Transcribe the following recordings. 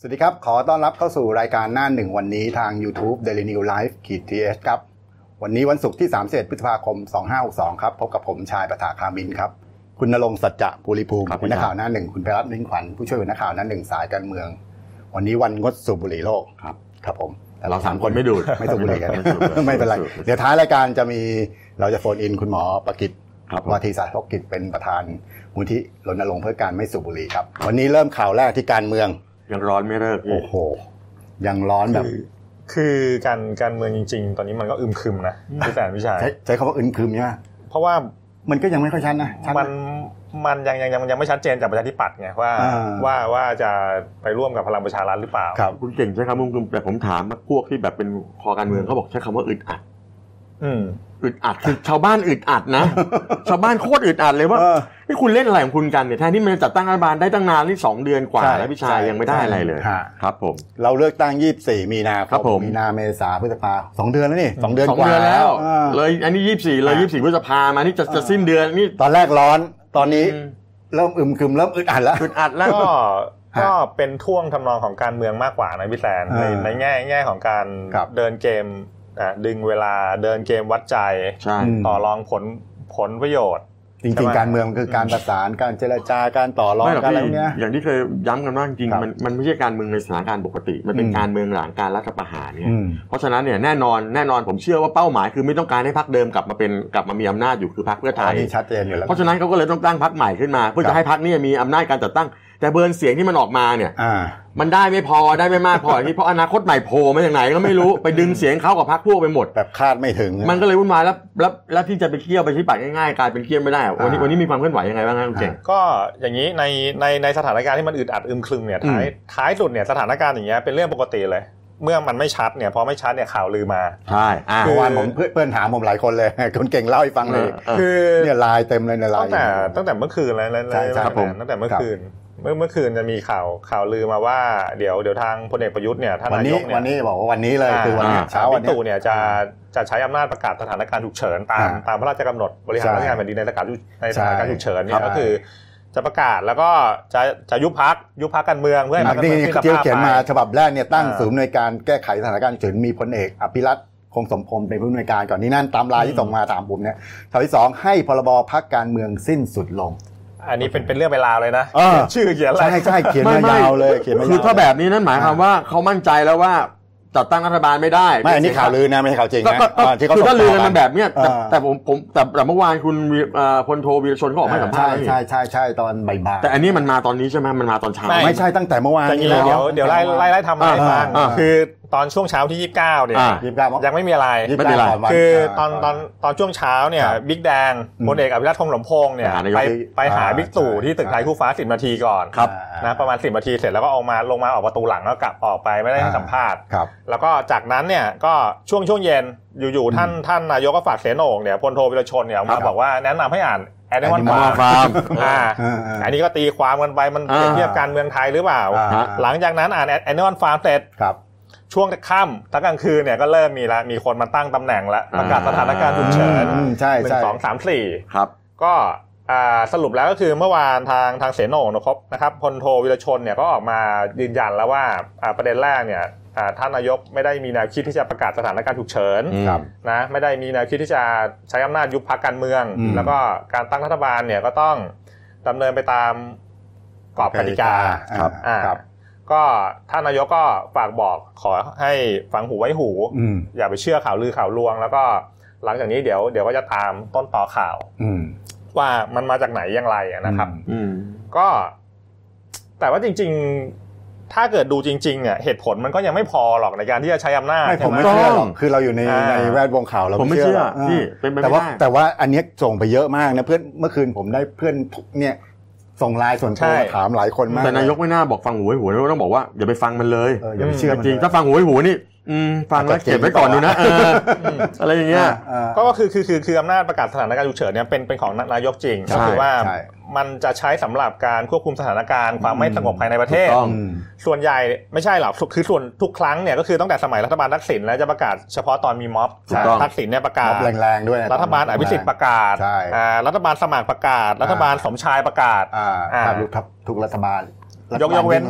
สวัสดีครับขอต้อนรับเข้าสู่รายการหน้าหนึ่งวันนี้ทาง YouTube Daily New Life /TH ครับวันนี้วันศุกร์ที่31พฤษภาคม2562ครับพบกับผมชายประถาคามินครับคุณณรงค์สัจจะภูริภูมิคุณนักข่าวหน้าหนึ่งคุณไพรัตน์นิ่งขวัญผู้ช่วยนักข่าวหน้าหนึ่งสายการเมืองวันนี้วันงดสูบบุหรี่โลกครับผมแต่เรา3คนไม่ดูดไม่สูบบุหรี่กันไม่เป็นไรเดี๋ยวท้ายรายการจะมีเราจะโฟนอินคุณหมอประกิตวาทีสาธารณกิจเป็นประธานมูลที่รณรงค์เพื่อการไม่สูบบุหรี่ครับวันนี้เริ่มข่าวแรกที่การเมืองยังร้อนไม่เลิกโอ้โหยังร้อนแบบคือการเมืองจริงๆตอนนี้มันก็อึมครึมนะพี่แต่พี่ชายใช้คำว่าอึมครึมใช่ไหมเพราะว่ามันก็ยังไม่ค่อยชัดนะมันยังไม่ชัดเจนจากประชาธิปัตย์ไงว่าจะไปร่วมกับพลังประชารัฐหรือเปล่าครับคุณเก่งใช้คำว่าอึมครึมแต่ผมถามพวกที่แบบเป็นคอการเมืองเขาบอกใช้คำว่าอึดอัดอึดอัดคือชาวบ้านอึดอัดนะชาวบ้านโคตรอึดอัดเลยว่าที่คุณเล่นอะไรของคุณกันเนี่ยแทนที่มันจะจัดตั้งรัฐบาลได้ตั้งนานนี่2เดือนกว่าแล้วพี่ชายยังไม่ได้อะไรเลยครับผมเราเลือกตั้ง24มีนาคมมีนาเมษาพฤษภา2เดือนแล้วนี่2เดือนกว่าแล้วเลยอันนี้24เลย24พฤษภามานี่จะสิ้นเดือนนี่ตอนแรกร้อนตอนนี้เริ่มอึมครึมเริ่มอึดอัดแล้วก็เป็นท่วงทำนองของการเมืองมากกว่านะพี่แซนในแง่ของการเดินเกมดึงเวลาเดินเกมวัดใจต่อรองผลประโยชน์จริงๆการเมืองคือการประสานการเจรจาการต่อรองกันอะไรเงี้ยอย่างที่เคยย้ำกันว่าจริงๆมันไม่ใช่การเมืองในสถานการณ์ปกติมันเป็นการเมืองหลังการรัฐประหารเนี่ยเพราะฉะนั้นเนี่ยแน่นอนผมเชื่อว่าเป้าหมายคือไม่ต้องการให้พรรคเดิมกลับมามีอำนาจอยู่คือพรรคเพื่อไทยชัดเจนอยู่แล้วเพราะฉะนั้นเขาก็เลยต้องตั้งพรรคใหม่ขึ้นมาเพื่อจะให้พรรคนี้มีอำนาจการจัดตั้งแต่เบิร์นเสียงที่มันออกมาเนี่ยมันได้ไม่พอได้ไม่มากพอที่เพราะอนาคตใหม่โผล่มาจากไหนก็ไม่รู้ไปดึงเสียงเขากับพรรคพวกไปหมดแบบคาดไม่ถึงมันก็เลยวุ่นวายแล้วที่จะไปเคี่ยวไปชี้ปัดง่ายๆกลายเป็นเคี่ยวไม่ได้วันนี้มีความเคลื่อนไหวยังไงบ้างครับคุณเก่งก็อย่างนี้ในสถานการณ์ที่มันอึดอัดอึมครึมเนี่ยท้ายสุดเนี่ยสถานการณ์อย่างเงี้ยเป็นเรื่องปกติเลยเมื่อมันไม่ชัดเนี่ยพอไม่ชัดเนี่ยข่าวลือมาใช่เมื่อวานผมเพื่อนถามผมหลายคนเลยคนเก่งเล่าให้ฟังเลยคือเนี่ยไลน์เต็มเลยในไลน์ตั้งแต่เมื่อคืนแล้วตั้งแต่เมื่อคืนจะมีข่าวลือมาว่าเดี๋ยวทางพลเอกประยุทธ์เนี่ยท่านนายกเนี่ยวันนี้บอกว่าวันนี้เลยคือวันเช้าวันนี้ตู่เนี่ยจะใช้อำนาจประกาศสถานการณ์ฉุกเฉินตามพระราชกำหนดบริหารราชการแผ่นดินในสถานการณ์ฉุกเฉินเนี่ยก็คือจะประกาศแล้วก็จะยุบพรรคการเมืองเพื่อให้พรรคการเมืองที่เขียนมาฉบับแรกเนี่ยตั้งศูนย์อำนวยการแก้ไขสถานการณ์ฉุกเฉินมีพลเอกอภิรัตน์คงสมพงษ์เป็นผู้อำนวยการก่อนนี่นั่นตามรายที่ส่งมาถามผมเนี่ยฉบับที่2ให้พรบพรรคการเมืองสิ้นสุดลงอันนี้เป็นเรื่องเวลาเลยนะชื่อเขียนอะไรใช่เขียนมายาวเลยคือถ้าแบบนี้นั่นหมายความว่าเขามั่นใจแล้วว่าจัดตั้งรัฐบาลไม่ได้ไม่อันนี้ข่าวลือนะไม่ใช่ข่าวจริงนะที่เขาคือถ้าลือมันแบบเนี้ยแต่เมื่อวานคุณพลโทวีรชนเขาออกมาสัมภาษณ์ใช่ตอนบ่ายแต่อันนี้มันมาตอนนี้ใช่ไหมมันมาตอนเช้าไม่ใช่ตั้งแต่เมื่อวานนี้แล้วเดี๋ยวไล่ทำให้ฟังคือตอนช่วงเช้าที่29เนี่ยยังไม่มีอะไรคือตอนช่วงเช้าเนี่ยบิ๊กแดงพลเอกอภิรัตน์คงสมพงษ์เนี่ยไปหาบิ๊กตู่ที่ตึกไทยคู่ฟ้า10นาทีก่อนนะประมาณ10นาทีเสร็จแล้วก็ลงมาออกประตูหลังแล้วกลับออกไปไม่ได้ให้สัมภาษณ์แล้วก็จากนั้นเนี่ยก็ช่วงเย็นอยู่ๆท่านนายกก็ฝากเสนโอ่งเนี่ยพลโทวีรชนเนี่ยมาบอกว่าแนะนำให้อ่านแอนิมอลฟาร์มอันนี้ก็ตีความกันไปมันเปรียบเทียบการเมืองไทยหรือเปล่าหลังจากนั้นอ่านแอนิมอลฟาร์มเสร็จช่วงค่ำกลางคืนเนี่ยก็เริ่มมีคนมาตั้งตำแหน่งแล้วประกาศสถานการณ์ฉุกเฉิน1 2 3 4 ครับก็สรุปแล้วก็คือเมื่อวานทางเสนโอ่งนะครับพลโทวีรชนเนี่ยก็ออกมายืนยันแล้วว่าประเด็นแรกเนี่ยท่านนายกไม่ได้มีแนวคิดที่จะประกาศสถานการณ์ฉุกเฉินนะไม่ได้มีแนวคิดที่จะใช้อำนาจยุบพรรคการเมืองแล้วก็การตั้งรัฐบาลเนี่ยก็ต้องดำเนินไปตามกรอบกติกาก็ท่านนายกก็ฝากบอกขอให้ฟังหูไว้หูอย่าไปเชื่อข่าวลือข่าวลวงแล้วก็หลังจากนี้เดี๋ยวก็จะตามต้นตอข่าวว่ามันมาจากไหนอย่างไรนะครับก็แต่ว่าจริงๆถ้าเกิดดูจริงๆอ่ะเหตุผลมันก็ยังไม่พอหรอกในการที่จะใช้อำนาจผมไม่เชื่อหรอกคือเราอยู่ในแวดวงข่าวเราไม่เชื่อพี่แต่ว่าอันนี้ส่งไปเยอะมากนะเพื่อนเมื่อคืนผมได้เพื่อนเนี่ยส่งไลน์ส่วนตัวถามหลายคนมากแต่นายกไม่น่าบอกฟังหูไว้หูนะต้องบอกว่าอย่าไปฟังมันเลยอย่าไปเชื่อจริงถ้าฟังหูไว้หูนี่ฟังแล้วเก็บไว้ก่อนดูนะอะไรอย่างเงี้ยก็คืออำนาจประกาศสถานการณ์ฉุกเฉินเนี่ยเป็นของนายกจริงก็คือว่ามันจะใช้สำหรับการควบคุมสถานการณ์ความไม่สงบภายในประเทศส่วนใหญ่ไม่ใช่หรอกคือส่วนทุกครั้งเนี่ยก็คือตั้งแต่สมัยรัฐบาลทักษิณแล้วจะประกาศเฉพาะตอนมีม็อบทักษิณเนี่ยประกาศแรงๆด้วยรัฐบาลอภิสิทธิ์ประกาศรัฐบาลสมัครประกาศรัฐบาลสมชายประกาศทุกรัฐบาลยกเว้น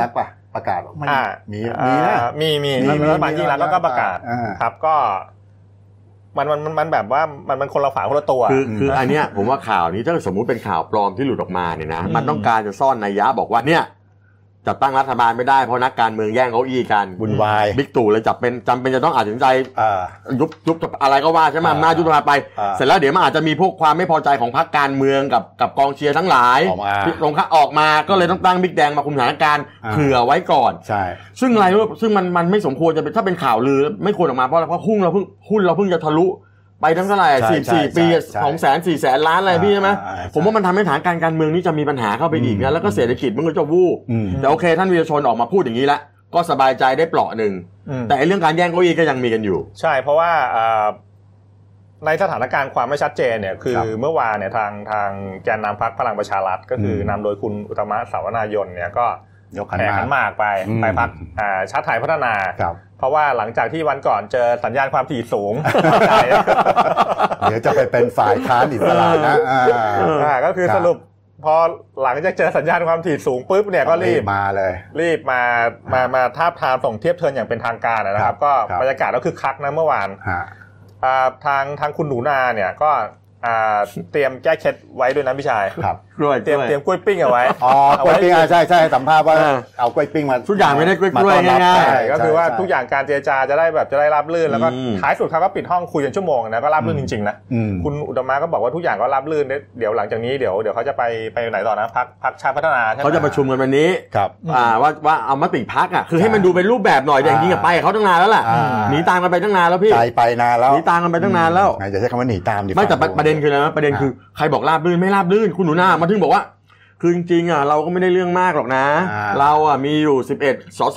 ประกาศไม่มีนะมีรัฐบาลยิ่งรักก็ประกาศครับก็มันแบบว่ามันคนละฝาคนละตัวคืออันเนี้ยผมว่าข่าวนี้ถ้าสมมุติเป็นข่าวปลอมที่หลุดออกมาเนี่ยนะมันต้องการจะซ่อนนัยยะบอกว่าเนี่ยจัดตั้งรัฐบาลไม่ได้เพราะนักการเมืองแย่งเก้าอี้กันวุ่นวายบิ๊กตู่เลยจำเป็นจะต้องตัดสินใจยุบอะไรก็ว่าใช่ไหมมายุบสภาไปเสร็จแล้วเดี๋ยวมันอาจจะมีพวกความไม่พอใจของพรรคการเมืองกับกองเชียร์ทั้งหลายลงออกมาก็เลยต้องตั้งบิ๊กแดงมาคุมสถานการณ์เผื่อไว้ก่อนใช่ซึ่งมันไม่สมควรจะเป็นถ้าเป็นข่าวลือไม่ควรออกมาเพราะหุ้นเราเพิ่งจะทะลุไปทั้งเท่าไหร่44 ปี200,000-400,000 ล้านอะไรพี่ใช่ไหมผมว่ามันทำให้สถานการณ์เมืองนี้จะมีปัญหาเข้าไปอีกนะแล้วก็เศรษฐกิจมันก็จะวูบแต่โอเคท่านวีรชนออกมาพูดอย่างนี้แล้วก็สบายใจได้เปราะหนึ่งแต่เรื่องการแย่งเก้าอี้ก็ยังมีกันอยู่ใช่เพราะว่าในสถานการณ์ความไม่ชัดเจนเนี่ยคือเมื่อวานเนี่ยทางแกนนำพรรคพลังประชารัฐก็คือนำโดยคุณอุตตมะสาวนายนเนี่ยก็แห่ขันหมากไปพรรคชาติไทยพัฒนาเพราะว่าหลังจากที่วันก่อนเจอสัญญาณความถี่สูงเดี๋ยวจะไปเป็นฝ่ายค้านอิสระนะก็คือสรุปพอหลังจากเจอสัญญาณความถี่สูงปุ๊บเนี่ยก็รีบมาเลยรีบมาทาบทามส่งเทียบเทิร์นอย่างเป็นทางการนะครับก็บรรยากาศก็คือคักนะเมื่อวานทางคุณหนูนาเนี่ยก็เตรียมแก้เคล็ดไว้ด้วยนะพี่ชายครับเตรียมกล้วยปิ้งเอาไว้กล้วยปิ้งใช่สัมภาษณ์ว่าเอากล้วยปิ้งมาทุกอย่างไม่ได้กล้วยง่ายๆก็คือว่าทุกอย่างการเจรจาจะได้ราบรื่นแล้วก็ท้ายสุดเขาก็ปิดห้องคุยกันชั่วโมงนะก็ราบรื่นจริงๆนะคุณอุตตมะก็บอกว่าทุกอย่างก็ราบรื่นเดี๋ยวหลังจากนี้เดี๋ยวเขาจะไปไหนต่อนะพรรคชาติพัฒนาใช่ไหมเขาจะประชุมกันวันนี้ครับว่าเอามติพรรคคือให้มันดูเป็นรูปแบบหน่อยแต่จริงๆไปเขาตั้งนานแล้วแหละหนีตามกันไปตั้งนานแล้วพี่ไปนานแล้วหนีตามกันไปตั้งนานแล้วไงจะใช้คำว่าหนีตามดิไม่แต่ประเด็นคืออะไรนะประเด็นคือใครบอกราบรื่นไม่ราบรื่นคุณหนูนามาถึงบอกว่าคือจริงๆเราก็ไม่ได้เรื่องมากหรอกนะเรามีอยู่11สส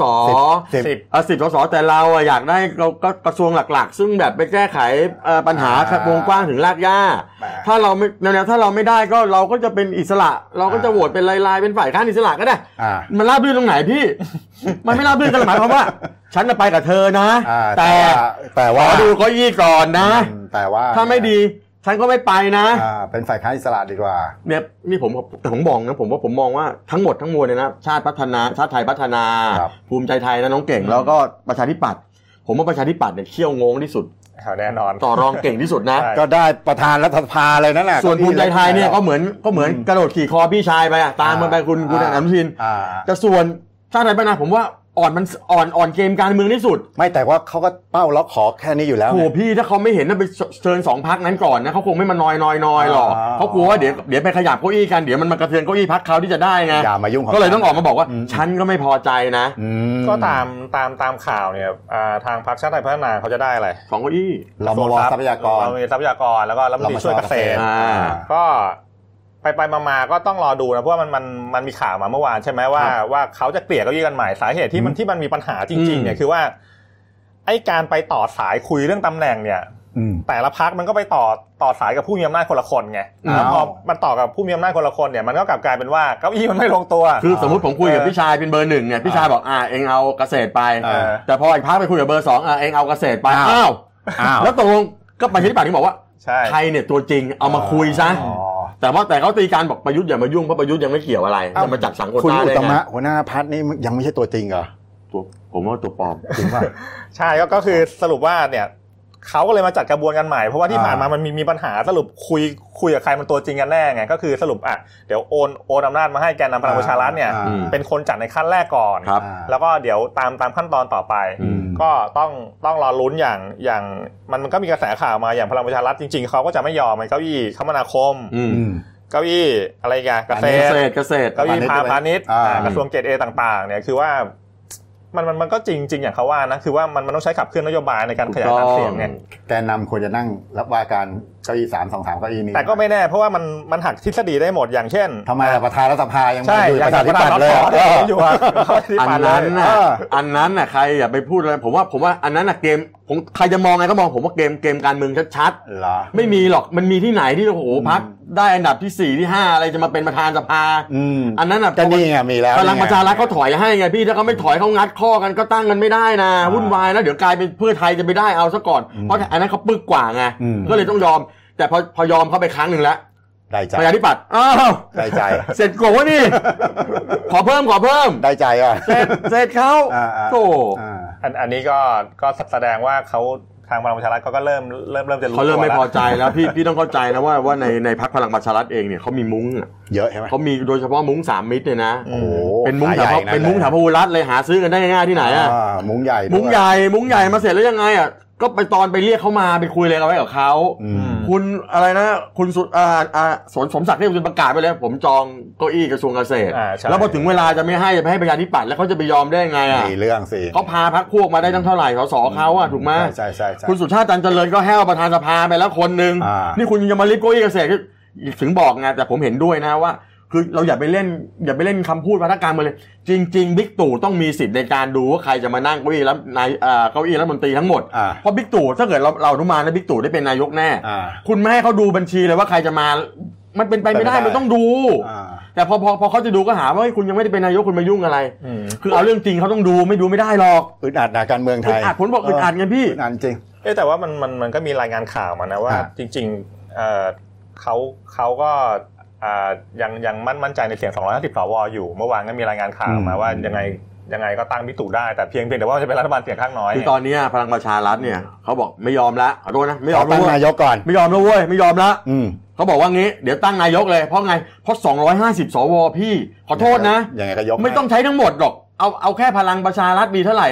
10สสแต่เราอยากได้ก็กระทรวงหลักๆซึ่งแบบไปแก้ไขปัญหาวงกว้างถึงรากหญ้าถ้าเราไม่ถ้าเราไม่ได้ก็เราก็จะเป็นอิสระเราก็จะโหวตเป็นลายๆเป็นฝ่ายค้านอิสระก็ได้มันราบรื่นตรงไหนพี่มันไม่ราบรื่นกันหมายความว่าฉันจะไปกับเธอนะแต่ว่าดูเก้าอี้ก่อนนะแต่ว่าถ้าไม่ดีฉันก็ไม่ไปนะเป็นฝ่ายค้านอิสระดีกว่าเนี่ยนี่ผมมองนะผมมองว่าทั้งหมดทั้งมวลเนี่ยนะชาติไทยพัฒนาภูมิใจไทยนะน้องเก่งแล้วก็ประชาธิปัตย์ผมว่าประชาธิปัตย์เนี่ยเขี้ยวงงที่สุดแน่นอนต่อรองเก่งที่สุดนะก็ได้ประธานรัฐสภาเลยนั่นแหละส่วนภูมิใจไทยเนี่ยก็เหมือนกระโดดขี่คอพี่ชายไปตามมันไปคุณอนุทินแต่ส่วนชาติไทยพัฒนาผมว่าอ่อนเกมการเมืองที่สุดไม่แต่ว่าเขาก็เป้าล็อกขอแค่นี้อยู่แล้วโอ้พี่ถ้าเขาไม่เห็นนะไปเชิญ2พรรคนั้นก่อนนะเขาคงไม่มานอยหรอกเขากลัวว่าเดี๋ยวไปขยับเก้าอี้กันเดี๋ยวมันมากระเทือนเก้าอี้พรรคเขาที่จะได้ไงอย่ามายุ่งก็เลยต้องออกมาบอกว่าฉันก็ไม่พอใจนะก็ตามข่าวเนี่ยทางพรรคชาติไทยพัฒนาเขาจะได้อะไร 2เก้าอี้รมวทรัพยากรแล้วก็รัฐมนตรีช่วยเกษตรก็ไปมาก็ต้องรอดูนะเพราะว่ามันมีข่าวมาเมื่อวานใช่ไหมว่าเขาจะเกลี่ยเก้าอี้กันใหม่สาเหตุที่มันมีปัญหาจริงๆเนี่ยคือว่าไอ้การไปต่อสายคุยเรื่องตำแหน่งเนี่ยแต่ละพรรคมันก็ไปต่อสายกับผู้มีอำนาจคนละคนไงแล้วพอมันต่อกับผู้มีอำนาจคนละคนเนี่ยมันก็กลับกลายเป็นว่าเก้าอี้มันไม่ลงตัวคือสมมติผมคุยกับพี่ชายเป็นเบอร์1เนี่ยพี่ชายบอกเองเอาเกษตรไปแต่พออีกพรรคไปคุยกับเบอร์2เองเอาเกษตรไปอ้าวแล้วตกลงก็ประชาธิปัตย์ที่บอกว่าใครเนี่ยตัวจริงเอามาคุยซะแต่เขาตีการบอกประยุทธ์อย่ามายุ่งเพราะประยุทธ์ยังไม่เกี่ยวอะไรจะมาจัดสังคมได้ไงคุณอุตตมะหัวหน้าพรรคนี่ยังไม่ใช่ตัวจริงเหรอผมว่าตัวปลอมจริงป่ะใช่ก็คือสรุปว่าเนี่ยเขาก็เลยมาจัดกระบวนการใหม่เพราะว่าที่ผ่านมามันมีปัญหาสรุปคุยกับใครมันตัวจริงกันแน่ไงก็คือสรุปเดี๋ยวโอนอำนาจมาให้แกนนำพลังประชารัฐเนี่ยเป็นคนจัดในขั้นแรกก่อนแล้วก็เดี๋ยวตามขั้นตอนต่อไปก็ต้องรอลุ้นอย่างมันก็มีกระแสข่าวมาอย่างพลังประชารัฐจริงๆเขาก็จะไม่ยอมเก้าอี้คมนาคมเก้าอี้อะไรกันเกษตรเก้าอี้พาณิชย์กระทรวงเกษตรต่างๆเนี่ยคือว่ามันก็จริงอย่างเขาว่านะคือว่ามันต้องใช้ขับเคลื่อนนโยบายในการขยายฐานเสียงไงแกนนำควรจะนั่งรับว่าการเก้าอี้323เก้าอี้นี้แต่ก็ไม่แน่เพราะว่ามันหักทฤษฎีได้หมดอย่างเช่นทำไมประธานรัฐสภายังอยู่ประชาธิปัตย์เลยอันนั้นน่ะใครอย่าไปพูดอะไรผมว่าอันนั้นน่ะเกมใครจะมองไงก็มองผมว่าเกมการเมืองชัดๆไม่มีหรอกมันมีที่ไหนที่โอ้โหพรรคได้อันดับที่4ที่5อะไรจะมาเป็นประธานสภาอันนั้นน่ะก็นี่ไงมีแล้วพลังประชารัฐเขาถอยให้ไงพี่ถ้าเขาไม่ถอยเขางัดข้อกันก็ตั้งกันไม่ได้นะวุ่นวายแล้วเดี๋ยวกลายเป็นเพื่อไทยจะไปได้เอาซะก่อนเพราะอันนั้นเขาปึกกว่าไงก็เลยต้องยอมแต่พอยอมเข้าไปครั้งนึงแล้วได้ใจประชาธิปัตย์อ้าวได้ใจเสร็จกว่านี่ขอเพิ่มได้ใจอ่ะเสร็จเขาโธ่อันนี้ก็แสดงว่าเขาทางพลังประชารัฐก็เริ่มจะรู้เขาเริ่มไม่พอใจแล้วพี่ต้องเข้าใจนะว่าในพรรคพลังประชารัฐเองเนี่ยเขามีมุ้งเยอะใช่ไหมเขามีโดยเฉพาะมุ้ง3มิตรเนี่ยนะเป็นมุ้งแถวพหุรัฐเลยหาซื้อกันได้ง่ายที่ไหนอ่ะมุ้งใหญ่มาเสร็จแล้วยังไงอ่ะก็ไปตอนไปเรียกเขามาไปคุยอะไรกันไว้กับเขาคุณอะไรนะคุณสมศักดิ์เทพสุนประกาศไปแล้วผมจองเก้าอี้กระทรวงเกษตรแล้วพอถึงเวลาจะไม่ให้ประชาธิปัตย์แล้วเขาจะไปยอมได้ไงอ่ะเรื่องสิเขาพาพรรคพวกมาได้ตั้งเท่าไหร่สสเขาอ่ะถูกไหมใช่คุณสุชาติจันเจริญก็แห้วประธานสภาไปแล้วคนนึงนี่คุณยังมาลิฟต์เก้าอี้เกษตรถึงบอกไงแต่ผมเห็นด้วยนะว่าคือเราอย่าไปเล่นคำพูดวาทการมาเลยจริงๆบิ๊กตู่ต้องมีสิทธิ์ในการดูว่าใครจะมานั่งเก้าอี้แล้วเก้าอี้รัฐมนตรีทั้งหมดเพราะบิ๊กตู่ถ้าเกิดเราอนุมานนะบิ๊กตู่ได้เป็นนายกแน่คุณไม่ให้เขาดูบัญชีเลยว่าใครจะมามันเป็นไปไม่ได้มันต้องดูแต่พอเขาจะดูก็หาว่าคุณยังไม่ได้เป็นนายกคุณมายุ่งอะไรคือเอาเรื่องจริงเขาต้องดูไม่ดูไม่ได้หรอกอึดอัดนะการเมืองไทยอึดอัดผมบอกอึดอัดไงพี่อึดอัดจริงแต่ว่ามันก็มีรายงานข่าวมานะว่าจริงๆเขาก็ยังมั่นใจในเสียง250 สวอยู่เมื่อวานก็มีรายงานข่าวมาว่ายังไงก็ตั้งบิ๊กตู่ได้แต่เพียงแต่ว่าจะเป็นรัฐบาลเสียงข้างน้อยคือตอนนี้พลังประชารัฐเนี่ยเขาบอกไม่ยอมละขอโทษนะไม่ยอมตั้งนายกก่อนไม่ยอมแล้วเว้ยไม่ยอมละเขาบอกว่างี้เดี๋ยวตั้งนายกเลยเพราะไงเพราะ250 สวพี่ขอโทษนะยังไงก็ยกไม่ต้องใช้ทั้งหมดหรอกเอาแค่พลังประชารัฐมีเท่าไหร่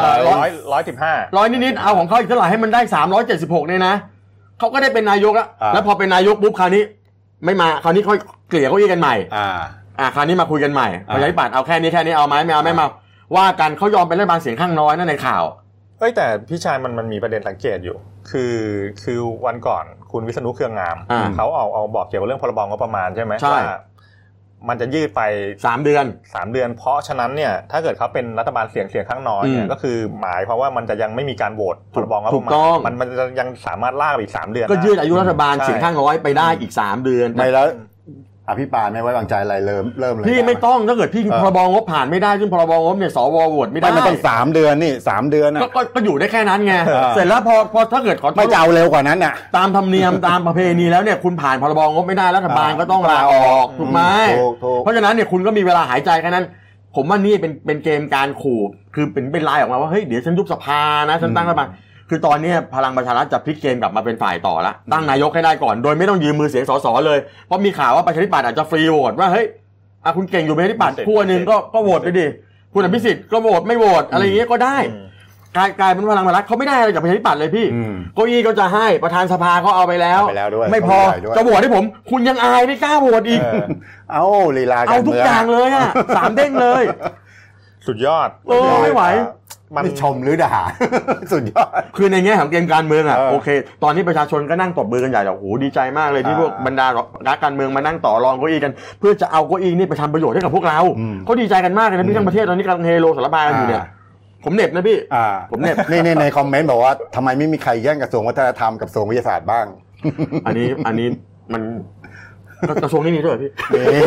115 นิดๆเอาของเขาอีกเท่าไหร่ให้มันได้376เนี่ยนะเขาก็ได้เป็นนายกแล้วพอเป็นนายกปุ๊บคราวนี้ไม่มาคราวนี้ค่อยเกลี่ยเก้าอี้กันใหม่คราวนี้มาคุยกันใหม่ประชาธิปัตย์เอาแค่นี้เอาไหมไม่เอาไม่มาว่ากันเขายอมเป็นรัฐบาลเสียงข้างน้อยนั่นในข่าวแต่พี่ชายมันมีประเด็นสังเกตอยู่คือวันก่อนคุณวิษณุเครืองามเขาเอาบอกเกี่ยวกับเรื่องพรบงบประมาณใช่ไหมว่ามันจะยืดไป 3 เดือนเพราะฉะนั้นเนี่ยถ้าเกิดเขาเป็นรัฐบาลเสียงข้างน้อยเนี่ยก็คือหมายความว่ามันจะยังไม่มีการโหวตพรบงบประมาณมันจะยังสามารถลากไปอีก3 เดือนก็ยืดอายุรัฐบาลเสียงข้างน้อยไปได้อีก3 เดือนไม่แล้วอภิปรายไม่ไว้วางใจอะไรเริ่มเลยพี่ไม่ต้องถ้าเกิดพี่พรบงบผ่านไม่ได้ซึ่งพรบงบเนี่ยสวโหวตไม่ได้มันต้อง3 เดือนนี่3 เดือนนะก็อยู่ได้แค่นั้นไงเสร็จแล้วพอถ้าเกิดไม่จะเอาเร็วกว่านั้นน่ะตามธรรมเนียมตามประเพณีแล้วเนี่ยคุณผ่านพรบงบไม่ได้รัฐบาลก็ต้องลาออกถูกไหมเพราะฉะนั้นเนี่ยคุณก็มีเวลาหายใจแค่นั้นผมว่านี่เป็นเกมการขู่คือเป็นไลน์ออกมาว่าเฮ้ยเดี๋ยวฉันยุบสภานะฉันตั้งรัฐบาลคือตอนนี้พลังประชารัฐจะพลิกเกมกลับมาเป็นฝ่ายต่อละตั้งนายกให้ได้ก่อนโดยไม่ต้องยืมมือเสียงสสเลยเพราะมีข่าวว่าประชาธิปัตย์อาจจะฟรีโหวตว่าเฮ้ยคุณเก่งอยู่ประชาธิปัตย์ขั้วนึงก็โหวตไปดิคุณอภิสิทธิ์ก็โหวตไม่โหวตอะไรอย่างเงี้ยก็ได้กลายเป็นพลังประชารัฐเขาไม่ได้อะไรจากประชาธิปัตย์เลยพี่เก้าอี้ก็จะให้ประธานสภาเขาเอาไปแล้วไม่พอจะโหวตให้ผมคุณยังอายไม่กล้าโหวตอีกเอาลีลาเอาทุกอย่างเลยอ่ะ3 เด้งเลยสุดยอดไม่ไหวมันชมหรือด่าสุดยอดคือในแง่ของเกมการเมืองโอเคตอนนี้ประชาชนก็นั่งตบมือกันใหญ่โอ้โหดีใจมากเลยที่พวกบรรดานักการเมืองมานั่งต่อรองเก้าอี้กันเพื่อจะเอาเก้าอี้นี่ไปทำประโยชน์ให้กับพวกเราเขาดีใจกันมากเลยนะพี่ทั้งประเทศตอนนี้กำลังเฮโลสารบากันอยู่เนี่ยผมเหน็บนะพี่ผมเหน็บนี่ในคอมเมนต์บอกว่าทำไมไม่มีใครแย่งกระทรวงวัฒนธรรมกับกระทรวงวิทยาศาสตร์บ้างอันนี้มันกระทรวงนี้มีด้วยพี่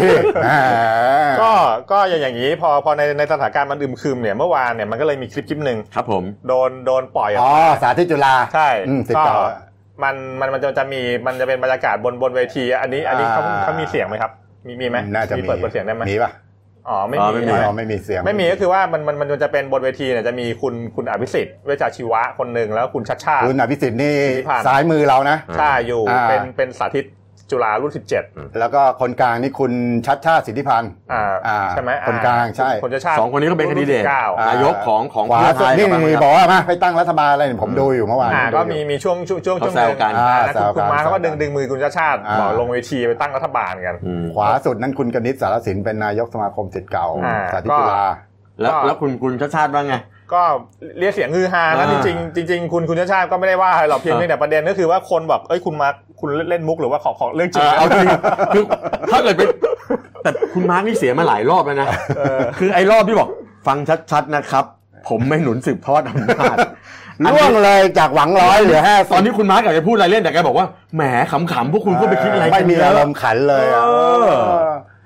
ก็อย่างนี้พอในสถานการณ์มันอึมครึมเนี่ยเมื่อวานเนี่ยมันก็เลยมีคลิปนึงครับผมโดนปล่อยสาธิตจุฬาใช่ก็มันจะเป็นบรรยากาศบนเวทีอันนี้เขามีเสียงไหมครับมีไหมน่าจะมีเปิดเสียงได้ไหมมีป่ะไม่มีเสียงไม่มีก็คือว่ามันจะเป็นบนเวทีเนี่ยจะมีคุณอภิสิทธิ์เวชชาชีวะคนนึงแล้วคุณชัชชาติคุณอภิสิทธิ์นี่ซ้ายมือเรานะใช่อยู่เป็นสาธิตจุฬารุ่น17 แล้วก็คนกลางนี่คุณชัชชาติสิทธิพันธ์ใช่ไหมคนกลางใช่คนชัชชาติ 2 คนนี้ก็เป็นแคนดิเดตนายกของเพื่อไทยนี่บอกว่ามาไปตั้งรัฐบาลอะไรผมดูอยู่เมื่อวานก็มีช่วงนึงคุณมาเขาก็ดึงมือคุณชัชชาติบอกลงเวทีไปตั้งรัฐบาลกันขวาสุดนั้นคุณกนิษฐ์สารสินเป็นนายกสมาคมศิษย์เก่าสาธิตจุฬาแล้วคุณชัชชาติว่าไงก็เรียกเสียงฮือฮานะจริงคุณชาชาติก็ไม่ได้ว่าอะไรหรอกเพียงแต่ประเด็นก็คือว่าคนบอกคุณมาร์คคุณเล่นมุกหรือว่าขอเรื่องจริงเอาจริงคือถ้าเกิดเป็นแต่คุณมาร์คนี่เสียมาหลายรอบแล้วนะคือไอ้รอบที่บอกฟังชัดๆนะครับผมไม่หนุนสืบทอดอำนาจล่วงเลยจากหวัง100เหลือ50 ตอนนี้คุณมาร์คอยากจะพูดอะไรเล่นแต่แกบอกว่าแหมขำๆพวกคุณก็ไปคิดอะไรไม่มีอารมณ์ขันเลยก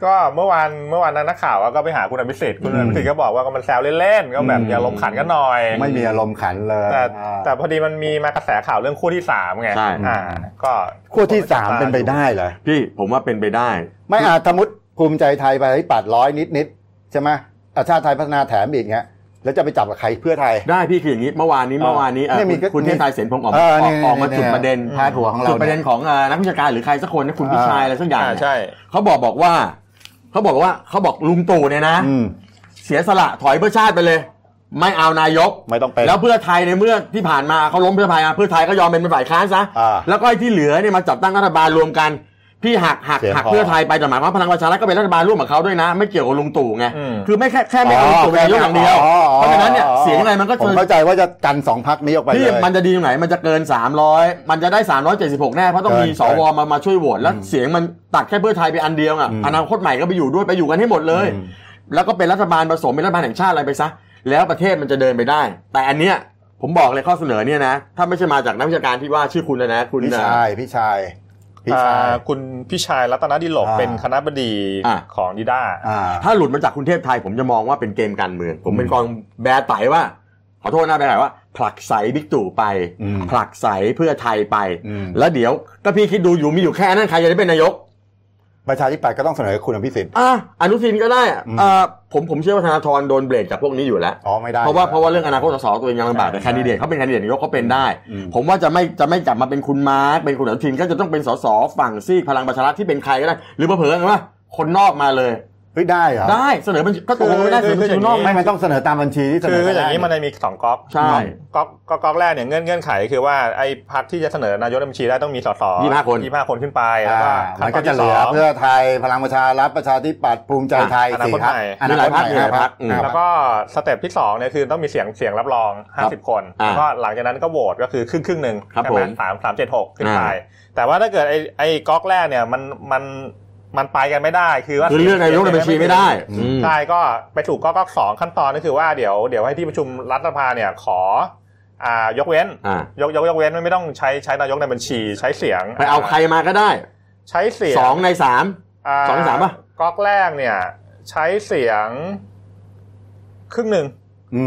ก็เมื่อวานนักข่าวก็ไปหาคุณอภิสิทธิ์คุณอภิสิทธิ์ก็บอกว่ามันแซวเล่นๆก็แบบอย่าลมขันกันหน่อยไม่มีอารมณ์ขันเลยแต่พอดีมันมีมากระแสข่าวเรื่องคู่ที่3ไงก็คู่ที่3เป็นไปได้เหรอพี่ผมว่าเป็นไปได้ไม่อาจสมมติภูมิใจไทยไปปัด100นิดๆใช่ไหมชาติไทยพัฒนาแถมอีกเงี้ยแล้วจะไปจับกับใครเพื่อไทยได้พี่คืออย่างนี้เมื่อวานนี้คุณเทพไทยเสนพงศ์ออกมาจุดประเด็นพาดหัวของเราจุดประเด็นของนักวิชาการหรือใครสักคนนะคุณพิชัยอะไรสักอย่างใช่เขาบอกว่าลุงตู่เนี่ยนะเสียสละถอยเพื่อชาติไปเลยไม่เอานายกไม่ต้องเป็นแล้วเพื่อไทยในเมื่อที่ผ่านมาเขาล้มเพื่อไทยก็ยอมเป็นฝ่ายค้านซะแล้วก็ที่เหลือเนี่ยมาจัดตั้งรัฐบาลรวมกันพี่หักเพื่อไทยไปแต่หมายความว่าพลังประชารัฐก็เป็นรัฐบาลร่วมกับเขาด้วยนะไม่เกี่ยวกับลุงตู่ไงคือไม่แค่ไม่เอาลุงตู่เป็นนายกอย่างเดียวเพราะฉะนั้นเนี่ยเสียงอะไรมันก็ผมเข้าใจว่าจะกัน2พรรคนี้ออกไปเลยพี่มันจะดีตรงไหนมันจะเกิน300มันจะได้376แน่เพราะต้องมีสวมาช่วยโหวตแล้วเสียงมันตัดแค่เพื่อไทยไปอันเดียวอ่ะอนาคตใหม่ก็ไปอยู่ด้วยไปอยู่กันให้หมดเลยแล้วก็เป็นรัฐบาลผสมเป็นรัฐบาลแห่งชาติอะไรไปซะแล้วประเทศมันจะเดินไปได้แต่อันเนี้ยผมบอกเลยข้อเสนอเนี่ยนะถ้าไม่ใช่มาจากนักวิชาการที่ว่าชื่อคุณนะคุณพี่ชายคุณพิชัยรัตนดิโลกเป็นคณบดีของนิด้าถ้าหลุดมาจากคุณเทพไทยผมจะมองว่าเป็นเกมการเมืองผมเป็นกองแบร์ไต่ว่าขอโทษนะแบร์ไต่ว่าผลักใสบิ๊กตู่ไปผลักใสเพื่อไทยไปแล้วเดี๋ยวก็พี่คิดดูอยู่มีอยู่แค่นั้นใครจะได้เป็นนายกประชาธิปัตย์ก็ต้องเสนอคุณอภิสิทธิ์อนุทินก็ได้ผมเชื่อว่าธนาธรโดนเบรกจากพวกนี้อยู่แล้วไม่ได้เพราะว่าเรื่องอนาคตส.ตัวเองยังลำบากแต่แคนดิเดตเขาเป็นแคนดิเดตนายกเขาเป็นได้ผมว่าจะไม่กลับมาเป็นคุณมาร์คเป็นคุณอนุทินก็จะต้องเป็นส.ส.ฝั่งซีกพลังประชารัฐที่เป็นใครก็ได้หรือเผลอๆว่าคนนอกมาเลยได้เหรอได้เสนอบัญชีก็ตกลงไม่ได้เสนอบัญชีนอกไม่ต้องเสนอตามบัญชีที่เสนอคืออย่างนี้มันมี2ก๊อกใช่ก๊อกแรกเนี่ยเงื่อนไขคือว่าไอ้พรรคที่จะเสนอนายกบัญชีได้ต้องมีส.ส. 25 คนขึ้นไปแล้วก็มันก็จะเหลือเพื่อไทยพลังประชารัฐประชาธิปัตย์ภูมิใจไทย 4 พรรคมีหลายพรรคแล้วก็สเต็ปที่2เนี่ยคือต้องมีเสียงรับรอง50 คนแล้วก็หลังจากนั้นก็โหวตก็คือครึ่งนึงใช่มั้ย376ขึ้นไปแต่ว่าถ้าเกิดไอ้ก๊อกแรกเนี่ยมันไปกันไม่ได้คือว่าเรื่องนายกในบัญชีไม่ได้ใช่ก็ไปสู่ก๊อก2ขั้นตอนก็คือว่าเดี๋ยวให้ที่ประชุมรัฐสภาเนี่ยขอยกเว้นยกเว้นไม่ต้องใช้นายกในบัญชีใช้เสียงไปเอาใครมาก็ได้ใช้เสียง 2 ใน 3 2 ใน 3ป่ะก๊อกแรกเนี่ยใช้เสียงครึ่งนึง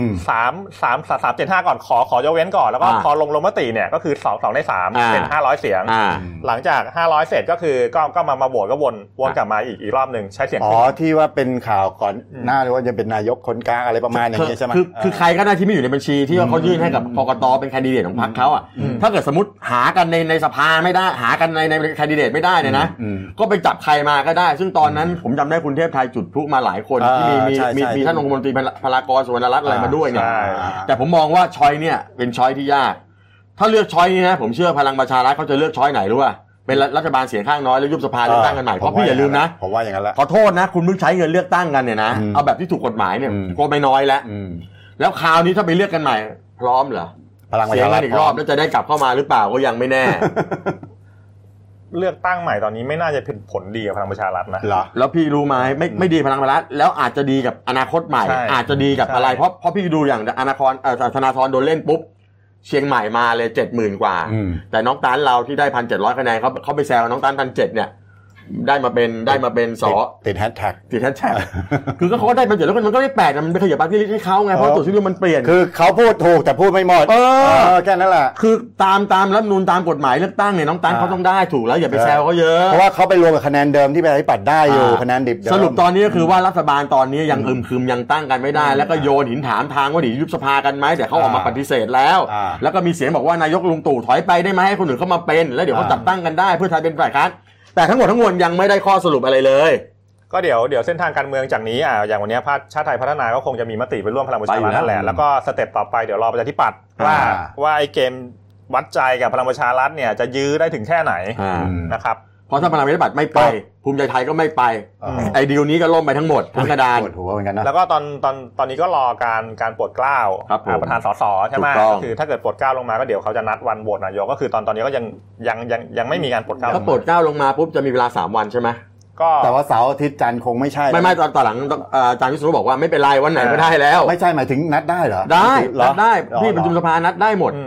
375ก่อนขอยกเว้นก่อนแล้วก็พอลงมติเนี่ยก็คือ2 ใน 3เป็น500เสียงหลังจาก500เสร็จก็คือก็มาโหวตก็วนกลับมาอีกรอบนึงใช้เสียงที่ว่าเป็นข่าวก่อนหน้าหรือว่าจะเป็นนายกคนกลางอะไรประมาณอย่างนี้ใช่มั้ยคือใครก็ได้ที่ไม่อยู่ในบัญชีที่ว่าเขายื่นให้กับกกตเป็นแคนดิเดตของพรรคเขาอ่ะถ้าเกิดสมมุติหากันในสภาไม่ได้หากันในแคนดิเดตไม่ได้เนี่ยนะก็ไปจับใครมาก็ได้ซึ่งตอนนั้นผมจำได้คุณเทพไทยจุดพลุมาหลายคนที่มีท่านองคมนตรีพลากรสุวรรณรัตน์อะไรมาด้วยเนี่ยแต่ผมมองว่าช้อยเนี่ยเป็นช้อยที่ยากถ้าเลือกช้อยนี้นะผมเชื่อพลังประชารัฐเขาจะเลือกช้อยไหนรู้ป่ะเป็นรัฐบาลเสียงข้างน้อยแล้วยุบสภาเลือกตั้งกันใหม่เพราะพี่อย่าลืมนะผมว่าอย่างนั้นแหละขอโทษนะคุณเพิ่งใช้เงินเลือกตั้งกันเนี่ยนะเอาแบบที่ถูกกฎหมายเนี่ยก็ไม่น้อยแล้วคราวนี้ถ้าไปเลือกกันใหม่พร้อมเหรอพลังประชารัฐอีกรอบแล้วจะได้กลับเข้ามาหรือเปล่าก็ยังไม่แน่เลือกตั้งใหม่ตอนนี้ไม่น่าจะเป็นผลดีกับพลังประชารัฐนะแล้วพี่รู้ไหมไม่ดีพลังประชารัฐแล้วอาจจะดีกับอนาคตใหม่อาจจะดีกับอะไรเพราะพี่ดูอย่างธนาธรโดนเล่นปุ๊บเชียงใหม่มาเลย 70,000 กว่าแต่น้องตันเราที่ได้ 1,700 คะแนนเขาไปแซวน้องตัน 1,700 เนี่ยได้มาเป็นสอติดแฮชแท็กคือเขาได้1,700แล้วมันก็ไม่แปลกมันไปขยับปาร์ตี้ลิสต์ให้เขาไงเพราะตัวชื่อมันเปลี่ยนคือเขาพูดถูกแต่พูดไม่หมดแค่นั้นแหละคือตามรัฐธรรมนูญตามกฎหมายเลือกตั้งเนี่ยน้องตันเขาต้องได้ถูกแล้วอย่าไปแซวเขาเยอะเพราะว่าเขาไปรวมกับคะแนนเดิมที่ประชาธิปัตย์ได้อยู่คะแนนดิบสรุปตอนนี้ก็คือว่ารัฐบาลตอนนี้ยังคึมยังตั้งกันไม่ได้แล้วก็โยนหินถามทางว่ายุบสภากันไหมแต่เขาออกมาปฏิเสธแล้วก็มีเสียงบอกว่านายกลุงตู่ถอยไปได้ไหมให้คนอื่นเข้ามาเป็นแล้วเดี๋ยวเขาจัดตั้งกันได้เพื่อไทยเป็นฝ่ายค้านแต่ทั้งหมดทั้งมวลยังไม่ได้ข้อสรุปอะไรเลยก็เดี๋ยวเส้นทางการเมืองจากนี้อย่างวันนี้ชาติไทยพัฒนาก็คงจะมีมติไปร่วมพลังประชารัฐนั่นแหละแล้วก็สเต็ปต่อไปเดี๋ยวรอประชาธิปัตย์ว่าไอ้เกมวัดใจกับพลังประชารัฐเนี่ยจะยื้อได้ถึงแค่ไหนนะครับเพราะถ้าพลังประชาธิปัตย์ไม่ไปภูมิใจไทยก็ไม่ไปไอ้ดีลนี้ก็ล่มไปทั้งหมดทั้งกระดานแล้วก็ตอนนี้ก็รอการโปรดเกล้าประธานสสใช่ไหมก็คือถ้าเกิดโปรดเกล้าลงมาก็เดี๋ยวเขาจะนัดวันโหวตนายกก็คือตอนนี้ก็ยังไม่มีการโปรดเกล้าถ้าโปรดเกล้าลงมาปุ๊บจะมีเวลา3 วันใช่ไหมแต่ว่าเสาร์อาทิตย์จันทร์คงไม่ใช่ไม่ตอนหลังอาจารย์วิษณุบอกว่าไม่เป็นไรวันไหนก็ได้แล้วไม่ใช่หมายถึงนัดได้เหรอได้พี่ประชุมสภานัดได้หมด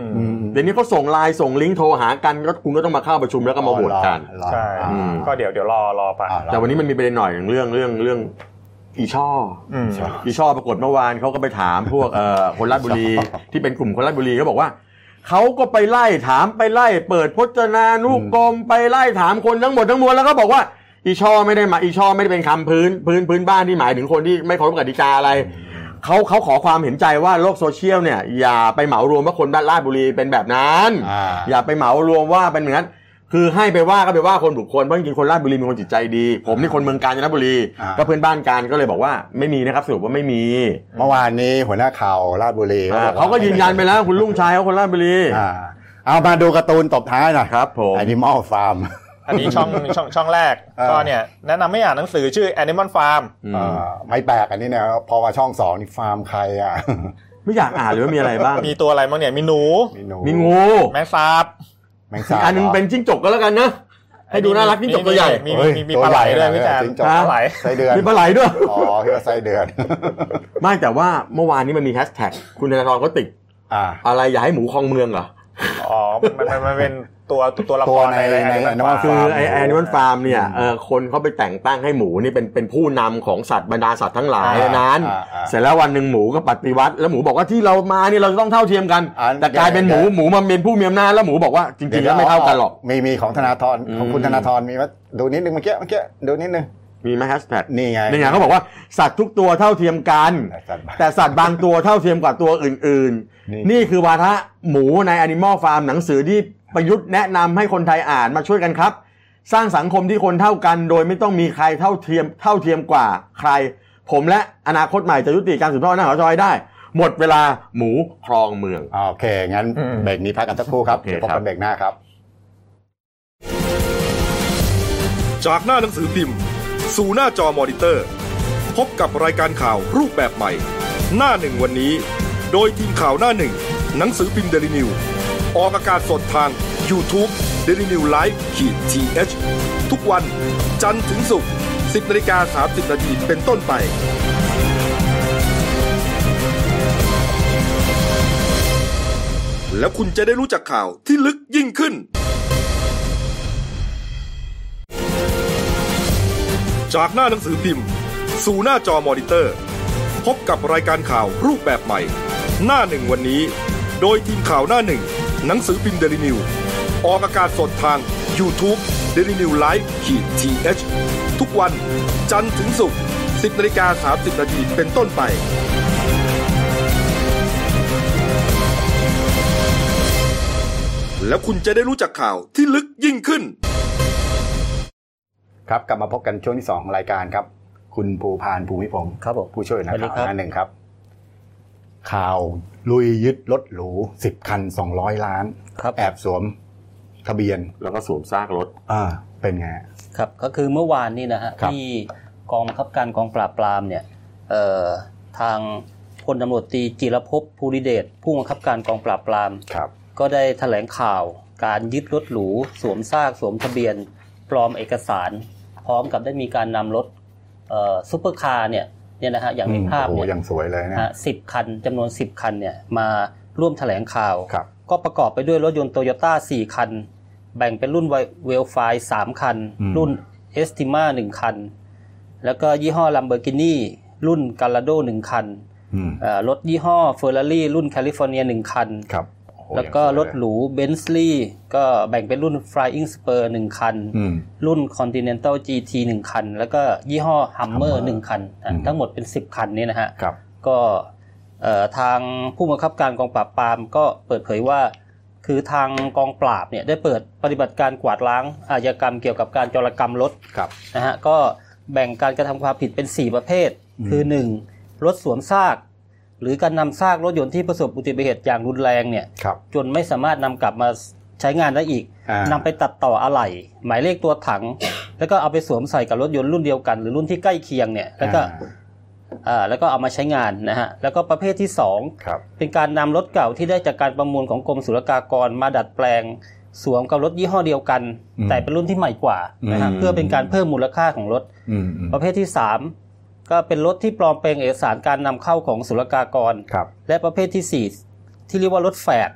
เดี๋ยวนี้เขาส่งไลน์ส่งลิงก์โทรหากันก็คุณก็ต้องมาเข้าประชุมแล้วก็มาโหวตกันใช่ก็เดี๋ยวรอไปแต่วันนี้มันมีประเด็นหน่อยเรื่องอีช่อปรากฏเมื่อวานเขาก็ไปถามพวกคนราชบุรีที่เป็นกลุ่มคนราชบุรีเขาบอกว่าเขาก็ไปไล่ถามไปไล่เปิดพจนานุกรมไปไล่ถามคนทั้งหมดทั้งมวลแล้วก็บอกว่าอีช่อไม่ได้เป็นคำพื้นบ้านที่หมายถึงคนที่ไม่เคารพกติกาอะไรเขาขอความเห็นใจว่าโลกโซเชียลเนี่ยอย่าไปเหมารวมว่าคนบ้านราชบุรีเป็นแบบนั้นอย่าไปเหมารวมว่าเป็นอย่างนั้นคือให้ไปว่าก็ไปว่าคนบุคคลเพราะจริงๆคนราชบุรีมีคนจิตใจดีผมนี่คนเมืองกาญจนบุรีก็เพื่อนบ้านกันก็เลยบอกว่าไม่มีนะครับสรุปว่าไม่มีเมื่อวานนี้หัวหน้าข่าวราชบุรีเขาก็ยืนยันไปแล้วคุณลุงชัยเขาคนราชบุรีเอามาดูการ์ตูนตบท้ายหน่อยครับผม Animal Farm อันนี้ช่องแรกก็เนี่ยแนะนำให้อ่านหนังสือชื่อ Animal Farm ไม่แปลกอันนี้เนี่ยพอมาช่อง2นี่ฟาร์มใครอ่ะไม่อยากอ่านเลยว่ามีอะไรบ้างมีตัวอะไรบ้างเนี่ยมีหนูมีงูแมงสาบอันนึงเป็นจิ้งจกก็แล้วกันนะให้ดูน่ารักจิ้งจกตัวใหญ่มีปลาไหลด้วยพี่แจ๊คปลาไหลไส้เดือนมีปลาไหลด้วยอ๋อคือไส้เดือนไม่แต่ว่าเมื่อวานนี้มันมีแฮชแท็กคุณธนาธรก็ติดอะไรอย่าให้หมูคลองเมืองเหรออ๋อมันเป็นตัวละครในคือไอ้Animal Farm เนี่ยคนเขาไปแต่งตั้งให้หมูนี่เป็นผู้นำของสัตว์บรรดาสัตว์ทั้งหลายนั้นเสร็จแล้ววันหนึ่งหมูก็ปฏิวัติแล้วหมูบอกว่าที่เรามานี่เราต้องเท่าเทียมกันแต่กลายเป็นหมูมาเป็นผู้มีอำนาจแล้วหมูบอกว่าจริงๆแล้วไม่เท่ากันหรอกมีของธนาธรของคุณธนาธรมีว่าดูนิดนึงเมื่อกี้ดูนิดนึงมีไหมแฮชแท็กนี่ไงเขาบอกว่าสัตว์ทุกตัวเท่าเทียมกันแต่สัตว์บางตัวเท่าเทียมกว่าตัวอื่นๆนี่คือวาทะหมูใน Animal Farm หนังสือที่ประยุทธ์แนะนำให้คนไทยอ่านมาช่วยกันครับสร้างสังคมที่คนเท่ากันโดยไม่ต้องมีใครเท่าเทียมกว่าใครผมและอนาคตใหม่จะยุติการสืบทอดอำนาจของจอยได้หมดเวลาหมูครองเมืองโอเคงั้นเบรกนี้พักกันสักครู่ครับพบกันเบรกหน้าครับจากหน้าหนังสือพิมพ์สู่หน้าจอมอนิเตอร์พบกับรายการข่าวรูปแบบใหม่หน้าหนึ่งวันนี้โดยทีมข่าวหน้าหนึ่งหนังสือพิมพ์ Daily News ออกอากาศสดทาง YouTube Daily News Live-TH ทุกวันจันทร์ถึงศุกร์ 10:30 น.เป็นต้นไปแล้วคุณจะได้รู้จักข่าวที่ลึกยิ่งขึ้นจากหน้าหนังสือพิมพ์สู่หน้าจอมอนิเตอร์พบกับรายการข่าวรูปแบบใหม่หน้าหนึ่งวันนี้โดยทีมข่าวหน้าหนึ่งหนังสือพิมพ์ Daily News ออกอากาศสดทาง YouTube Daily News Live-TH ทุกวันจันทร์ถึงศุกร์ 10:30 น.เป็นต้นไปแล้วคุณจะได้รู้จักข่าวที่ลึกยิ่งขึ้นครับกลับมาพบกันช่วงที่2ของรายการครับคุณภูพานภูมิพงศ์ครับผมผู้ช่วยนักข่าวหน้าหนึ่งครับข่าวลุยยึดรถหรู10คัน200ล้านแอบสวมทะเบียนแล้วก็สวมซากรถเป็นไงครับก็คือเมื่อวานนี้นะฮะที่กองบังคับการกองปราบปรามเนี่ยทางพลตำรวจตรีจิรภพภูริเดชผู้บังคับการกองปราบปรามก็ได้แถลงข่าวการยึดรถหรูสวมซากสวมทะเบียนปลอมเอกสารพร้อมกับได้มีการนำรถซุปเปอร์คาร์เนี่ยนะฮะอย่างในภาพเนี่ยอย่างสวยเลยนะ 10คันจำนวน10คันเนี่ยมาร่วมแถลงข่าวก็ประกอบไปด้วยรถยนต์โตโยต้า4คันแบ่งเป็นรุ่นเวลไฟ3คันรุ่นเอสติมา1คันแล้วก็ยี่ห้อ Lamborghini รุ่น Gallardo 1คันรถยี่ห้อ Ferrari รุ่น California 1คันแล้วก็รถหรู Bentley ก็แบ่งเป็นรุ่น Flying Spur 1คันรุ่น Continental GT 1คันแล้วก็ยี่ห้อ Hummer 1คันทั้งหมดเป็น10คันนี้นะฮะก็ทางผู้บังคับการกองปราบปรามก็เปิดเผยว่าคือทางกองปราบเนี่ยได้เปิดปฏิบัติการกวาดล้างอาชญากรรมเกี่ยวกับการโจรกรรมรถนะฮะก็แบ่งการกระทำความผิดเป็น4ประเภทคือ1รถสวมซากหรือการนำซากรถยนต์ที่ประสบอุบัติเหตุอย่างรุนแรงเนี่ยจนไม่สามารถนำกลับมาใช้งานได้อีกนำไปตัดต่ออะไหล่หมายเลขตัวถังแล้วก็เอาไปสวมใส่กับรถยนต์รุ่นเดียวกันหรือรุ่นที่ใกล้เคียงเนี่ยแล้วก็เอามาใช้งานนะฮะแล้วก็ประเภทที่2เป็นการนำรถเก่าที่ได้จากการประมูลของกรมศุลกากรมาดัดแปลงสวมกับรถยี่ห้อเดียวกันแต่เป็นรุ่นที่ใหม่กว่านะฮะเพื่อเป็นการเพิ่มมูลค่าของรถประเภทที่3ก็เป็นรถที่ปลอมแปลงเอกสารการนำเข้าของศุลกากรและประเภทที่4ที่เรียกว่ารถแฝด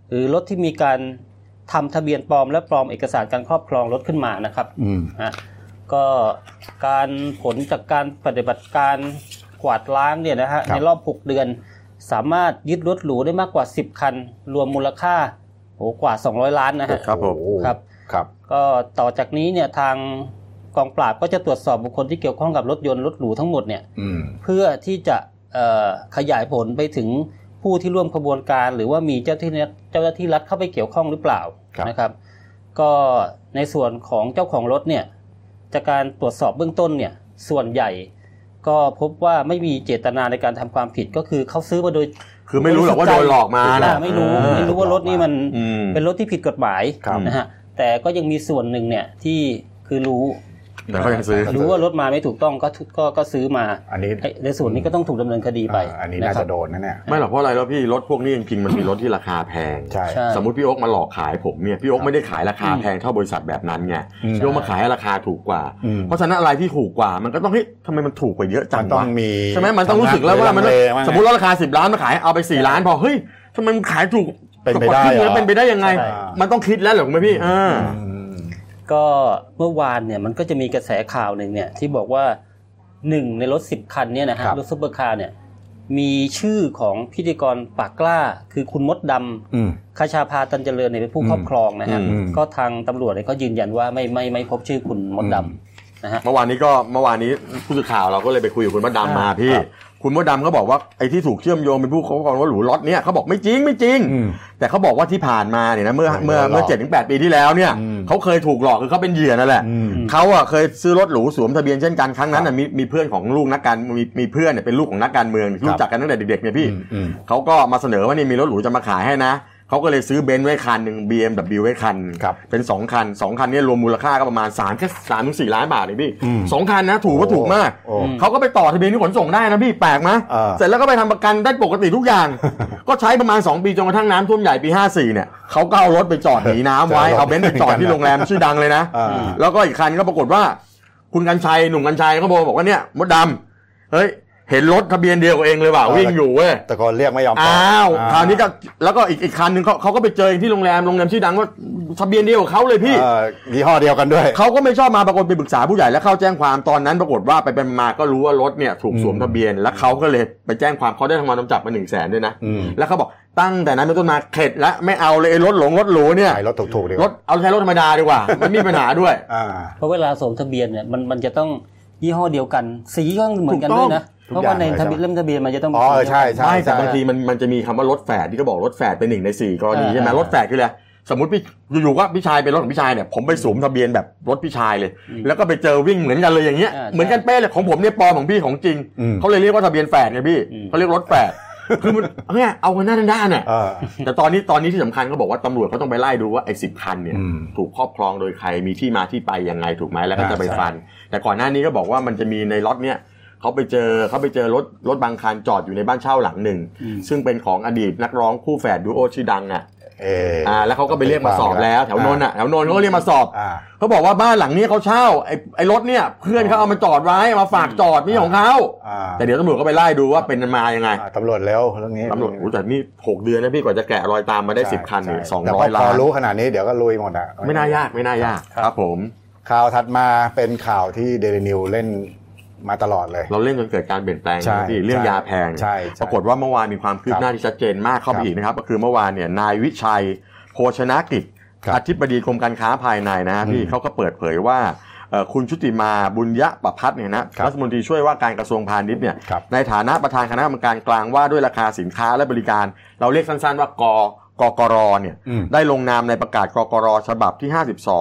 หรือรถที่มีการทำทะเบียนปลอมและปลอมเอกสารการครอบครองรถขึ้นมานะครับก็การผลจากการปฏิบัติการกวาดล้างเนี่ยนะฮะในรอบ6เดือนสามารถยึดรถหรูได้มากกว่า10คันรวมมูลค่ากว่า200ล้านนะฮะครับผมครับก็ต่อจากนี้เนี่ยทางกองปราบก็จะตรวจสอบบุคคลที่เกี่ยวข้องกับรถยนต์รถหรูทั้งหมดเนี่ยเพื่อที่จะขยายผลไปถึงผู้ที่ร่วมขบวนการหรือว่ามีเจ้าหน้าที่รัฐเข้าไปเกี่ยวข้องหรือเปล่านะครับก็ในส่วนของเจ้าของรถเนี่ยจากการตรวจสอบเบื้องต้นเนี่ยส่วนใหญ่ก็พบว่าไม่มีเจตนาในการทำความผิดก็คือเขาซื้อมาโดยคือไม่รู้หรอกว่าโดนหลอกมานะไม่รู้ว่ารถนี้มันเป็นรถที่ผิดกฎหมายนะฮะแต่ก็ยังมีส่วนหนึ่งเนี่ยที่คือรู้แต่ก็ยังซื้อรู้ว่ารถมาไม่ถูกต้องก็ซื้อมาอันนี้ในส่วนนี้ก็ต้องถูกดำเนินคดีไปอันนี้น่าจะโดนนะเนี่ยไม่หรอกเพราะอะไรแล้วพี่รถพวกนี้จริงๆมันมีรถที่ราคาแพงสมมุติพี่โอ๊คมาหลอกขายผมเนี่ยพี่โอ๊คไม่ได้ขายราคาแพงเท่าบริษัทแบบนั้นไงพี่โอ๊คมาขายราคาถูกกว่าเพราะฉะนั้นอะไรที่ถูกกว่ามันก็ต้องทำไมมันถูกกว่าเยอะจังวะใช่ไหมมันต้องรู้สึกแล้วว่ามันสมมุติราคา10ล้านมาขายเอาไป4ล้านพอเฮ้ยทำไมมันขายถูกเป็นไปได้ยังไงมันต้องคิดแล้วเหรอคุณพี่ก็เมื่อวานเนี่ยมันก็จะมีกระแสข่าวหนึ่งเนี่ยที่บอกว่า1ในรถ10คันเนี่ยนะฮะรถซุปเปอร์คาร์เนี่ยมีชื่อของพิธีกรปากกล้าคือคุณมดดำคชาภาตันเจริญเนี่ยเป็นผู้ครอบครองนะฮะก็ทางตำรวจเนี่ยก็ยืนยันว่าไม่พบชื่อคุณมดดำนะฮะเมื่อวานนี้ผู้สื่อข่าวเราก็เลยไปคุยกับคุณมดดำมาพี่คุณมดดำเขาบอกว่าไอ้ที่ถูกเชื่อมโยงเป็นผู้ครอบครองรถหรูล็อตเนี่ยเขาบอกไม่จริงแต่เขาบอกว่าที่ผ่านมาเนี่ยนะเมื่อ 7-8 ปีที่แล้วเนี่ยเขาเคยถูกหลอกคือเขาเป็นเหยื่อนั่นแหละเขาอ่ะเคยซื้อรถหรูสวมทะเบียนเช่นกันครั้งนั้นมีเพื่อนของลูกนักการมีเพื่อนเนี่ยเป็นลูกของนักการเมืองรู้จักกันตั้งแต่เด็กๆเนี่ยพี่เขาก็มาเสนอว่านี่มีรถหรูจะมาขายให้นะเขาก็เลยซื้อเบนซ์ไว้คันนึง BMW ไว้คันเป็น2คัน2คันนี้รวมมูลค่าก็ประมาณ3-4 ล้านบาทเลยพี่2คันนะถูกมากเขาก็ไปต่อทะเบียนที่ขนส่งได้นะพี่แปลกมั้ยเสร็จแล้วก็ไปทำประกันได้ปกติทุกอย่างก็ใช้ประมาณ2ปีจนกระทั่งน้ำท่วมใหญ่ปี54เนี่ยเขาก็เอารถไปจอดหนีน้ำไว้เอาเบนซ์ไปจอดที่โรงแรมชื่อดังเลยนะแล้วก็อีกคันก็ปรากฏว่าคุณกรรชัยหนุ่มกรรชัยเขาบอกว่าเนี่ยมดดำเฮ้ยเห็นรถทะเบียนเดียวกับเองเลยว่ะวิ่งอยู่เว้ยแต่ก่อนเรียกไม่ยอมคราวนี้ก็แล้วก็อีกคันนึงเขาก็ไปเจอที่โรงแรมชื่อดังว่าทะเบียนเดียวกับเขาเลยพี่ยี่ห้อเดียวกันด้วยเขาก็ไม่ชอบมาปรากฏไปปรึกษาผู้ใหญ่แล้วเข้าแจ้งความตอนนั้นปรากฏว่าไปมาก็รู้ว่ารถเนี่ยถูกสวมทะเบียนแล้วเขาก็เลยไปแจ้งความเขาได้ทางวันจับมา 100,000 ด้วยนะแล้วเขาบอกตั้งแต่นั้นเป็นต้นมาเข็ดแล้วไม่เอาเลยรถหรูเนี่ยรถถูกๆดีกว่าเอาใช้รถธรรมดาดีกว่ามันมีปัญหาด้วยเพราะเวลาสวมทะเบียนเนี่ยมันจะต้องยี่ห้อเดียวกันสีก็เหมือนกันด้วยนะเพราะว่าในทะเบียนเล่มทะเบียนมันจะต้องใช่แต่บางทีมันจะมีคำว่ารถแฝดที่เขาบอกรถแฝดเป็น1ใน4กรณีใช่ไหมรถแฝดคืออะไรสมมติพี่อยู่ๆว่าพี่ชายเป็นรถของพี่ชายเนี่ยผมไปสวมทะเบียนแบบรถพี่ชายเลยแล้วก็ไปเจอวิ่งเหมือนกันเลยอย่างเงี้ยเหมือนกันเป๊ะเลยของผมเนี่ยปลอมของพี่ของจริงเขาเลยเรียกว่าทะเบียนแฝดไงพี่เขาเรียกรถแฝดคือมันเนี่ยเอากันหน้าด้านเนี่ยแต่ตอนนี้ที่สำคัญเขาบอกว่าตำรวจเขาต้องไปไล่ดูว่าไอ้10 คันเนี่ยถูกครอบครองโดยใครมีที่มาที่ไปยังไงถูกไหมแล้วก็จะไปฟันแต่ก่อนหน้านี้ก็บอกว่ามันจะมีในล็อตเนี่ยเขาไปเจอรถบางคันจอดอยู่ในบ้านเช่าหลังหนึ่งซึ่งเป็นของอดีตนักร้องคู่แฝดดูโอชื่อดังแล้วเขาก็ไปเรียกมาสอบแล้วแถวนนท์เขาก็เรียกมาสอบเขาบอกว่าบ้านหลังนี้เขาเช่าไอ้รถเนี่ยเพื่อนเขาเอามาจอดไว้มาฝากจอดไม่ใช่ของเขาแต่เดี๋ยวตำรวจก็ไปไล่ดูว่าเป็นมายังไงตำรวจแล้วเรื่องนี้ตำรวจแต่นี่6 เดือนนะพี่กว่าจะแกะรอยตามมาได้10 คันเนี่ย200 ล้านพอรู้ขนาดนี้เดี๋ยวก็ลุยหมดอ่ะไม่น่ายากครับผมข่าวถัดมาเป็นข่าวที่ Daily News เล่นมาตลอดเลยเราเล่นจนเกิดการเปลี่ยนแปลงที่เรื่องยาแพงปรากฏว่าเมื่อวานมีความคืบหน้าที่ชัดเจนมากเข้าไปอีกนะครับก็คือเมื่อวานเนี่ยนายวิชัยโภชนกิจอธิบดีกรมการค้าภายในนะพี่เขาก็เปิดเผยว่าคุณชุติมาบุญยประภัสเนี่ยนะรัฐมนตรีช่วยว่าการกระทรวงพาณิชย์เนี่ยในฐานะประธานคณะกรรมการกลางว่าด้วยราคาสินค้าและบริการเราเรียกสั้นๆว่ากกรเนี่ยได้ลงนามในประกาศกกรฉบับที่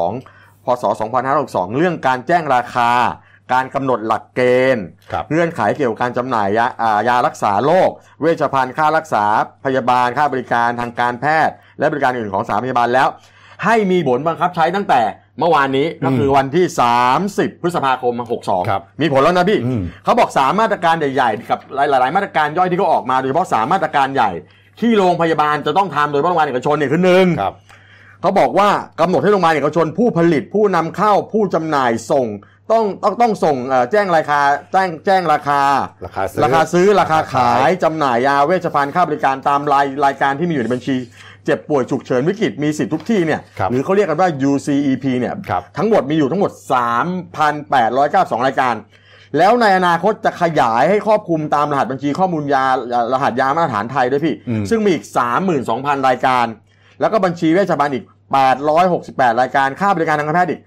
52พ.ศ. 2562เรื่องการแจ้งราคาการกำหนดหลักเกณฑ์เงื่อนไขเกี่ยวกับการจำหน่ายยารักษาโรคเวชภัณฑ์ค่ารักษาพยาบาลค่าบริการทางการแพทย์และบริการอื่นของสถานพยาบาลแล้วให้มีผลบังคับใช้ตั้งแต่เมื่อวานนี้ก็คือวันที่30 พฤษภาคม 62มีผลแล้วนะพี่เขาบอก3มาตรการใหญ่ๆกับหลายๆมาตรการย่อยที่เขาออกมาโดยเฉพาะ3มาตรการใหญ่ที่โรงพยาบาลจะต้องทำโดยโรงพยาบาลเอกชนเนี่ยคือ1เขาบอกว่ากำหนดให้โรงพยาบาลเอกชนผู้ผลิตผู้นำเข้าผู้จำหน่ายส่งต้องส่งแจ้งราคาแจ้งราคาซื้อราคาขายจำหน่ายยาเวชภัณฑ์ค่าบริการตามรายการที่มีอยู่ในบัญชีเจ็บป่วยฉุกเฉินวิกฤตมีสิทธิ์ทุกที่เนี่ยหรือเขาเรียกกันว่า UCEP เนี่ยทั้งหมดมีอยู่ทั้งหมด 3,892 รายการแล้วในอนาคตจะขยายให้ครอบคลุมตามรหัสบัญชีข้อมูลยารหัสยามาตรฐานไทยด้วยพี่ซึ่งมีอีก 32,000 รายการแล้วก็บัญชีเวชภัณฑ์อีก868 รายการค่าบริการทางการแพทย์อีก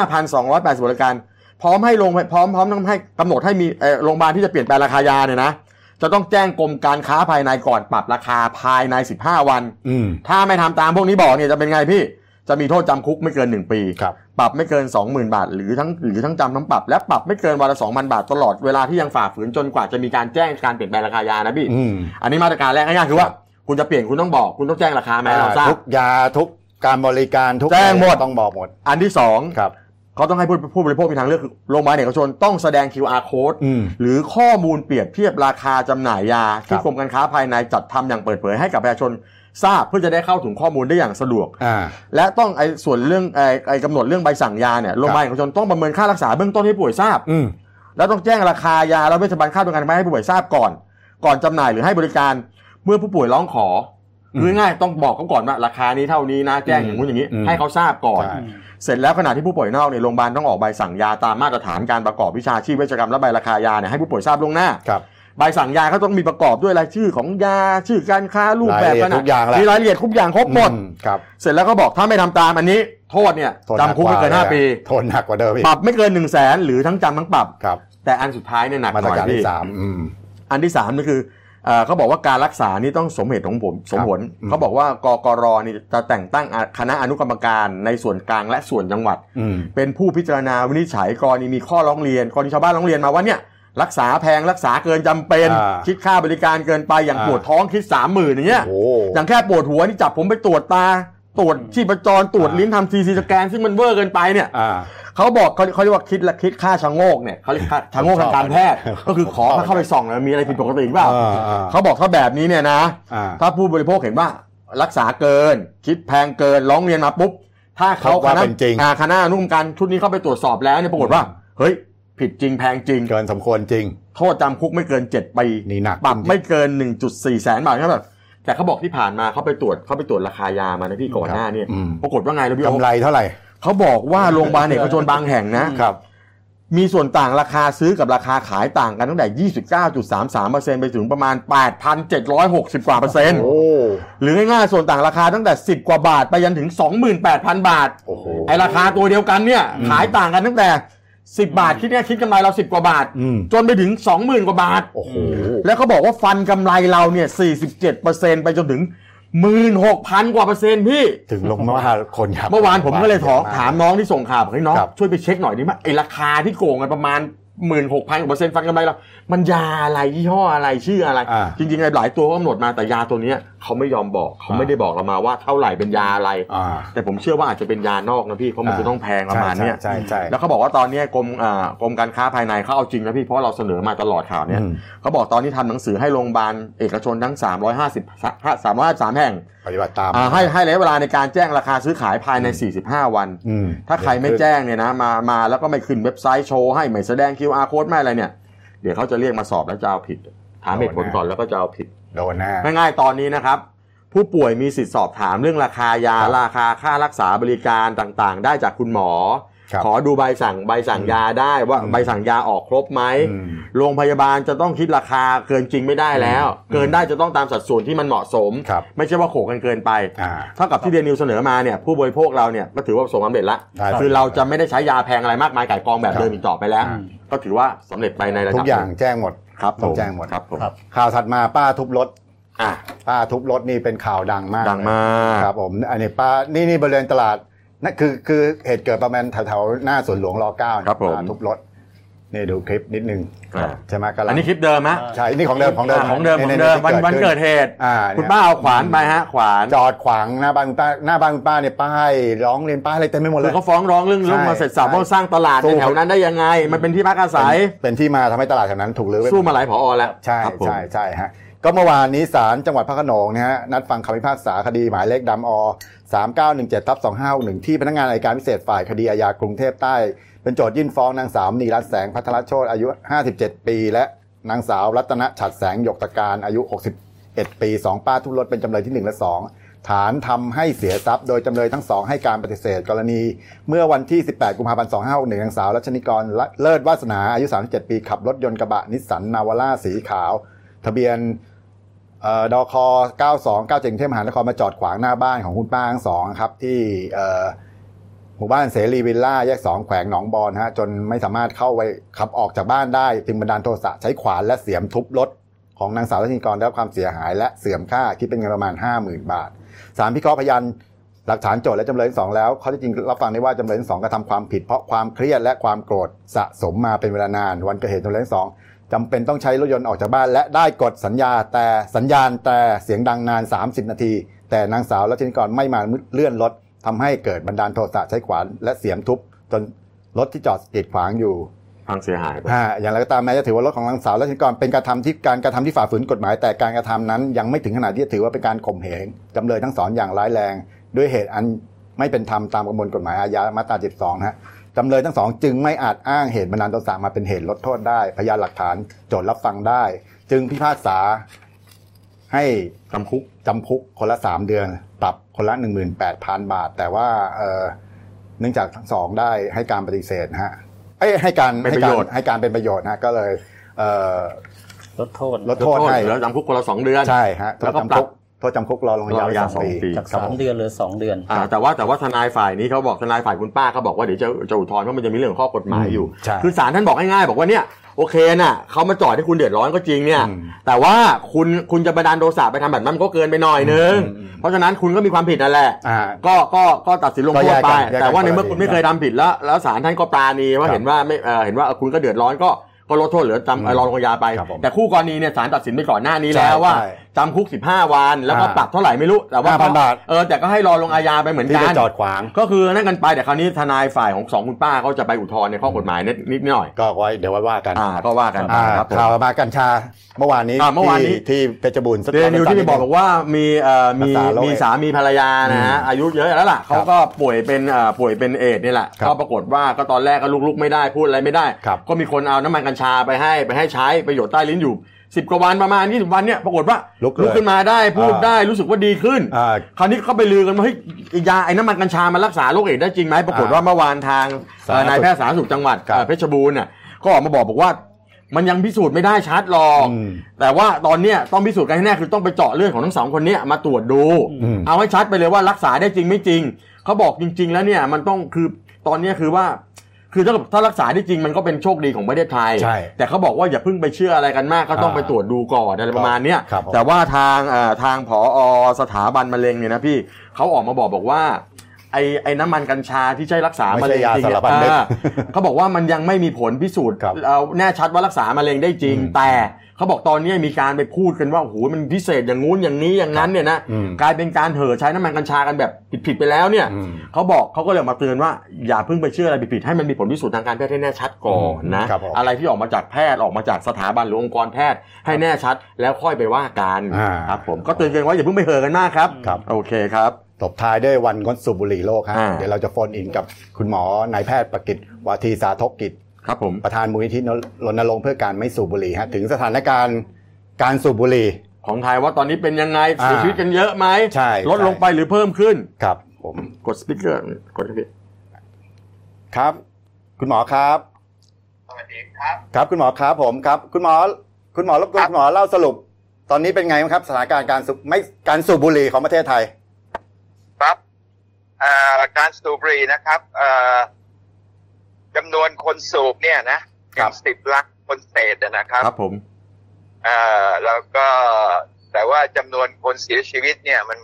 5,280 รายการพร้อมให้พร้อมให้กำหนดให้มีโรงพยาบาลที่จะเปลี่ยนแปลงราคายาเนี่ยนะจะต้องแจ้งกรมการค้าภายในก่อนปรับราคาภายใน15 วันถ้าไม่ทำตามพวกนี้บอกเนี่ยจะเป็นไงพี่จะมีโทษจำคุกไม่เกิน1 ปีปรับไม่เกิน 20,000 บาทหรือทั้งจำทั้งปรับและปรับไม่เกินวันละ 2,000 บาทตลอดเวลาที่ยังฝ่าฝืนจนกว่าจะมีการแจ้งการเปลี่ยนแปลงราคายานะพี่อันนี้มาตรการแรกง่ายๆคือว่าคุณจะเปลี่ยนคุณต้องบอกคุณต้องแจ้งราคาไหมเราทราบทุกยาทุกการบริการทุกแจ้งหมดต้องบอกหมดอันที่2ครับเขาต้องให้ผู้บริโภคมีทางเลือกคือโรงพยาบาลเอกชนต้องแสดง QR code หรือข้อมูลเปรียบเทียบราคาจำหน่ายยาที่กรมการค้าภายในจัดทำอย่างเปิดเผยให้กับประชาชนทราบเพื่อจะได้เข้าถึงข้อมูลได้อย่างสะดวกและต้องส่วนเรื่องกำหนดเรื่องใบสั่งยาเนี่ยโรงพยาบาลเอกชนต้องประเมินค่ารักษาเบื้องต้นให้ผู้ป่วยทราบแล้วต้องแจ้งราคายาและเวชภัณฑ์ค่าตรงการแพทย์ให้ผู้ป่วยทราบก่อนจำหน่ายหรือให้บริการเมื่อผู้ป่วยร้องของ่ายๆต้องบอกเขาก่อนว่าราคานี้เท่านี้นะแจ้งอย่างนู้นอย่างนี้ให้เขาทราบก่อนเสร็จแล้วขณะที่ผู้ป่วยนอกในโรงพยาบาลต้องออกใบสั่งยาตามมาตรฐานการประกอบวิชาชีพเวชกรรมและใบราคายาเนี่ยให้ผู้ป่วยทราบล่วงหน้าใบสั่งยาเขาต้องมีประกอบด้วยรายชื่อของยาชื่อการค้ารูปแบบขนาดมีรายละเอียดทุกอย่างครบหมดเสร็จแล้วก็บอกถ้าไม่ทำตามอันนี้โทษเนี่ยจำคุกไม่เกิน5 ปีโทษหนักกว่าเดิมปรับไม่เกิน 100,000 หรือทั้งจำทั้งปรับแต่อันสุดท้ายเนี่ยหนักหน่อยที่อันที่3นี่คือเขาบอกว่าการรักษานี่ต้องสมเหตุสมผลเขาบอกว่ากกร.นี่จะแต่งตั้งคณะอนุกรรมการในส่วนกลางและส่วนจังหวัดเป็นผู้พิจารณาวินิจฉัยกรณีมีข้อร้องเรียนกรณีชาวบ้านร้องเรียนมาว่าเนี่ยรักษาแพงรักษาเกินจำเป็นคิดค่าบริการเกินไปอย่างปวดท้องคิด 30,000 อย่างเงี้ยอย่างแค่ปวดหัวนี่จับผมไปตรวจตาตรวจชีพจรตรวจลิ้นทำ CT สแกนซึ่งมันเวอร์เกินไปเนี่ยเขาบอกเขาเรียกว่าคิดค่าชะโงกเนี่ยเขาเรียกค่าชะโงกทางการแพทย์ก็คือขอเข้าไปส่องแล้วมีอะไรผิดปกติหรือเปล่าเขาบอกถ้าแบบนี้เนี่ยนะถ้าผู้บริโภคเห็นว่ารักษาเกินคิดแพงเกินร้องเรียนมาปุ๊บถ้าเขาคณะอนุกรรมการชุดนี้เข้าไปตรวจสอบแล้วเนี่ยปรากฏว่าเฮ้ยผิดจริงแพงจริงเกินสมควรจริงโทษจำคุกไม่เกิน7 ปีนี่หนักปรับไม่เกิน 1.4 แสนบาทครับแต่เขาบอกที่ผ่านมาเขาไปตรวจราคายามานะพี่ก่อนหน้านี่ปรากฏว่าไงแล้วพี่กำไรเท่าไหร่เขาบอกว่าโรงพยาบาลเอกชนบางแห่งนะครับมีส่วนต่างราคาซื้อกับราคาขายต่างกันตั้งแต่ 29.33% ไปถึงประมาณ 8,760 กว่า%หรือง่ายๆส่วนต่างราคาตั้งแต่10 กว่าบาทไปยันถึง 28,000 บาทไอราคาตัวเดียวกันเนี่ยขายต่างกันตั้งแต่10 บาทคิดกำไรเรา10 กว่าบาทจนไปถึง 20,000 กว่าบาทแล้วเขาบอกว่าฟันกำไรเราเนี่ย 47% ไปจนถึง16,000 กว่า%พี่ถึงลงมาคนครับเมื่อวานผมก็เลยถามน้องที่ส่งข่าวบอกให้น้องช่วยไปเช็คหน่อยดิว่าไอ้ราคาที่โกงกันประมาณ 16,000 กว่า%ฟันกำไรเรามันยาอะไรยี่ห้ออะไรชื่ออะไรจริงๆหลายตัวก็กำหนดมาแต่ยาตัวนี้เขาไม่ยอมบอกเขาไม่ได้บอกเรามาว่าเท่าไหร่เป็นยาอะไรแต่ผมเชื่อว่าอาจจะเป็นยานอกนะพี่เพราะมันจะต้องแพงประมาณนี้แล้วเขาบอกว่าตอนนี้กรมการค้าภายในเขาเอาจริงนะพี่เพราะเราเสนอมาตลอดข่าวเนี่ยเขาบอกตอนนี้ทำหนังสือให้โรงพยาบาลเอกชนทั้ง353 แห่งปฏิบัติตามให้ระยะเวลาในการแจ้งราคาซื้อขายภายใน45 วันถ้าใครไม่แจ้งเนี่ยนะมาแล้วก็ไม่ขึ้นเว็บไซต์โชว์ให้ไม่แสดง QR code ไม่อะไรเนี่ยเดี๋ยวเขาจะเรียกมาสอบแล้วจะเอาผิดถามเหตุผลก่อนแล้วก็จะเอาผิดโดนแน่ง่ายๆตอนนี้นะครับผู้ป่วยมีสิทธิสอบถามเรื่องราคายาราคาค่ารักษาบริการต่างๆได้จากคุณหมอขอดูใบสั่งยาได้ว่าใบสั่งยาออกครบไหมโรงพยาบาลจะต้องคิดราคาเกินจริงไม่ได้แล้วเกินได้จะต้องตามสัดส่วนที่มันเหมาะสมไม่ใช่ว่าโขกกันเกินไปเท่ากับที่เดนิวเสนอมาเนี่ยผู้บริโภคเราเนี่ยก็ถือว่าประสบความสำเร็จแล้วคือเราจะไม่ได้ใช้ยาแพงอะไรมากมายไก่กองแบบเดิมอีกต่อไปแล้วก็ถือว่าสำเร็จไปในระดับทุกอย่างแจ้งหมดครับแจ้งหมดครับข่าวถัดมาป้าทุบรถป้าทุบรถนี่เป็นข่าวดังมากครับผมอันนี้ป้านี่บริเวณตลาดนั่นคือเหตุเกิดประมาณแถวๆหน้าสวนหลวงร9 ครับผมทุบรถนี่ดูคลิปนิดนึงใช่ไหมอันนี้คลิปเดิมไหมใช่นี่ของเดิมวันเกิดเหตุคุณป้าเอาขวานไปฮะขวานจอดขวางหน้าบ้านคุณป้าเนี่ยป้ายร้องเรียนป้ายอะไรเต็มไปหมดเลยเขาฟ้องร้องเรื่องมาเสร็จสับว่าสร้างตลาดในแถวนั้นได้ยังไงมันเป็นที่พักอาศัยเป็นที่มาทำให้ตลาดแถวนั้นถูกรื้อสู้มาหลายผอแล้วใช่ฮะก็เมื่อวานนี้ศาลจังหวัดพระโขนงนะฮะนัดฟังคำพิพากษาคดีหมายเลขดำอ3917/2561ที่พนักงานอัยการพิเศษฝ่ายคดีอาญากรุงเทพใต้เป็นโจทยื่นฟ้องนางสาวนีรัตน์แสงพัทรโชติอายุ57 ปีและนางสาวรัตนฉัตรแสงหยกตการอายุ60 31 ปี 2 ป้าทุบรถเป็นจำเลยที่ 1 และ 2 ฐานทำให้เสียทรัพย์โดยจำเลยทั้ง 2 ให้การปฏิเสธกรณีเมื่อวันที่ 18 กุมภาพันธ์ 2561 นางสาวรัชนิกรเลิศวาสนาอายุ 37 ปีขับรถยนต์กระบะนิสสันนาวาร่าสีขาวทะเบียนดค9297กรุงเทพมหานครมาจอดขวางหน้าบ้านของคุณป้าทั้งสองครับที่หมู่บ้านเสรีวิลล่าแยก2แขวงหนองบอนฮะจนไม่สามารถเข้าไปขับออกจากบ้านได้จึงบันดาลโทสะใช้ขวานและเสียมทุบรถของนางสาวรัชนิกรได้รับความเสียหายและเสื่อมค่าคิดเป็นเงินประมาณ 50,000 บาทศาลพิเคราะห์พยานหลักฐานโจทก์และจำเลยทั้งสองแล้วเขาที่จริงรับฟังได้ว่าจำเลยทั้งสองกระทำความผิดเพราะความเครียดและความโกรธสะสมมาเป็นเวลานานวันเกิดเหตุจำเลยทั้งสองจำเป็นต้องใช้รถยนต์ออกจากบ้านและได้กดสัญญาณแต่เสียงดังนาน30 นาทีแต่นางสาวรัชนิกรไม่มาเลื่อนรถทำให้เกิดบันดาลโทสะใช้ขวานและเสียมทุบจนรถที่จอดกีดขวางอยู่พังเสียหายไปอย่างไรก็ตามแม้จะถือว่ารถของนางสาวรัชนิกรเป็นการกระทำที่ฝ่าฝืนกฎหมายแต่การกระทำนั้นยังไม่ถึงขนาดที่จะถือว่าเป็นการข่มเหงจำเลยทั้งสองอย่างร้ายแรงด้วยเหตุอันไม่เป็นธรรมตามประมวลกฎหมายอาญามาตรา72ฮะจำเลยทั้งสองจึงไม่อาจอ้างเหตุบันดาลโทสะมาเป็นเหตุลดโทษได้พยานหลักฐานโจทก์รับฟังได้จึงพิพากษาให้จำคุกคนละ3 เดือนปรับคนละ 18,000 บาทแต่ว่าเนื่องจากทั้งสองได้ให้การปฏิเสธฮะให้การเป็นประโยชน์นะก็เลยลดโทษให้แล้วจำคุกคนละ2 เดือนใช่ฮะแล้วก็ปรับโทษจำคุกรอลงยาว2 ปีจาก3 เดือนหรือ2 เดือนแต่ว่าทนายฝ่ายนี้เขาบอกทนายฝ่ายคุณป้าเขาบอกว่าเดี๋ยวจะอุทธรณ์เพราะมันจะมีเรื่องข้อกฎหมายอยู่คือศาลท่านบอกง่ายๆบอกว่าเนี่ยโอเคน่ะเขามาจอดให้คุณเดือดร้อนก็จริงเนี่ยแต่ว่าคุณจะบันดาลโทสะไปทำแบบนั้นก็เกินไปหน่อยนึงเพราะฉะนั้นคุณก็มีความผิดนั่นแหละก็ตัดสินลงโทษไปแต่ว่าในเมื่อคุณไม่เคยทำผิดแล้วศาลท่านก็ปราณีว่าเห็นว่าคุณก็เดือดร้อนก็ลดโทษเหลือรอลงยาไปแต่คู่กรณีเนี่ยศาลตัดสินไปก่อนหน้านี้แล้วว่าจำคุก15 วันแล้วก็ปรับเท่าไหร่ไม่รู้แต่ว่า 5,000 บาทแต่ก็ให้รอลงอาญาไปเหมือนกันที่จอดขวางก็คือนั่นกันไปแต่คราวนี้ทนายฝ่ายของ2คุณป้าเขาจะไปอุทธรณ์ในข้อกฎหมายนิดหน่อยก็ไว้เดี๋ยวว่ากันก็ว่ากันครับข่าวมากัญชาเมื่อวานนี้ที่เพชรบูรณ์เดนิวที่บอกว่ามีสามีภรรยานะฮะอายุเยอะแล้วล่ะเขาก็ป่วยเป็นเอดส์นี่แหละก็ปรากฏว่าก็ตอนแรกก็ลุกไม่ได้พูดอะไรไม่ได้ก็มีคนเอาน้ำมันกัญชาไปให้ใช้ประโยชน์ใต้ลิ้นอยู่10 กว่าวันประมาณ20 วันเนี่ยปรากฏว่าลุกขึ้นมาได้พูดได้รู้สึกว่าดีขึ้นคราวนี้เขาไปลือกันว่าเฮ้ยยาไอ้น้ำมันกัญชามันรักษาโรคเอดส์ได้จริงไหมปรากฏว่าเมื่อวานทางนายแพทย์สาธารณสุขจังหวัดเพชรบูรณ์น่ะก็ออกมาบอกว่ามันยังพิสูจน์ไม่ได้ชัดหรอกแต่ว่าตอนเนี้ยต้องพิสูจน์กันให้แน่คือต้องไปเจาะเลือดของทั้ง2 คนนี้มาตรวจดูเอาให้ชัดไปเลยว่ารักษาได้จริงไม่จริงเขาบอกจริงๆแล้วเนี่ยมันต้องคือตอนนี้คือว่าคือถ้ารักษาได้จริงมันก็เป็นโชคดีของประเทศไทยแต่เขาบอกว่าอย่าเพิ่งไปเชื่ออะไรกันมากก็ต้องไปตรวจดูก่อนอะไรประมาณนี้แต่ว่าทางผอ.สถาบันมะเร็งเนี่ยนะพี่เขาออกมาบอกว่าไอ้น้ำมันกัญชาที่ใช้รักษามะเร็งจริงเขาบอกว่ามันยังไม่มีผลพิสูจน์แน่ชัดว่ารักษามะเร็งได้จริงแต่เขาบอกตอนนี้มีการไปพูดกันว่าโอ้โหมันพิเศษอย่างงู้นอย่างนี้อย่างนั้นเนี่ยนะกลายเป็นการเห่อใช้น้ำมันกัญชากันแบบผิดไปแล้วเนี่ยเขาก็เลยมาเตือนว่าอย่าเพิ่งไปเชื่ออะไรผิดๆให้มันมีผลพิสูจน์ทางการแพทย์ให้แน่ชัดก่อนนะอะไรที่ออกมาจากแพทย์ออกมาจากสถาบันหรือองค์กรแพทย์ให้แน่ชัดแล้วค่อยไปว่ากันครับผมก็เตือนกันว่าอย่าเพิ่งไปเห่อกันมากครับโอเคครับตบท้ายด้วยวันงดสูบบุหรี่โลกฮะเดี๋ยวเราจะโฟนอินกับคุณหมอนายแพทย์ประกิตวาทีสาธกกิจครับผมประธานมูลนิธิรณรงค์เพื่อการไม่สูบบุหรี่ฮะถึงสถานการณ์การสูบบุหรี่ของไทยว่าตอนนี้เป็นยังไงเสียชีวิตกันเยอะไหมลดลงไปหรือเพิ่มขึ้นครับผมกดสปีกเกอร์กดครับคุณหมอครับสวัสดีครับครับคุณหมอครับผมครับคุณหมอรบกวนคุณหมอเล่าสรุปตอนนี้เป็นไงครับสถานการณ์การสูบบุหรี่ของประเทศไทยครับการสูบบุหรี่นะครับจำนวนคนสูบเนี่ยนะ10 ล้านคนเศษนะครับครับผมแล้วก็แต่ว่าจำนวนคนเสียชีวิตเนี่ยมัน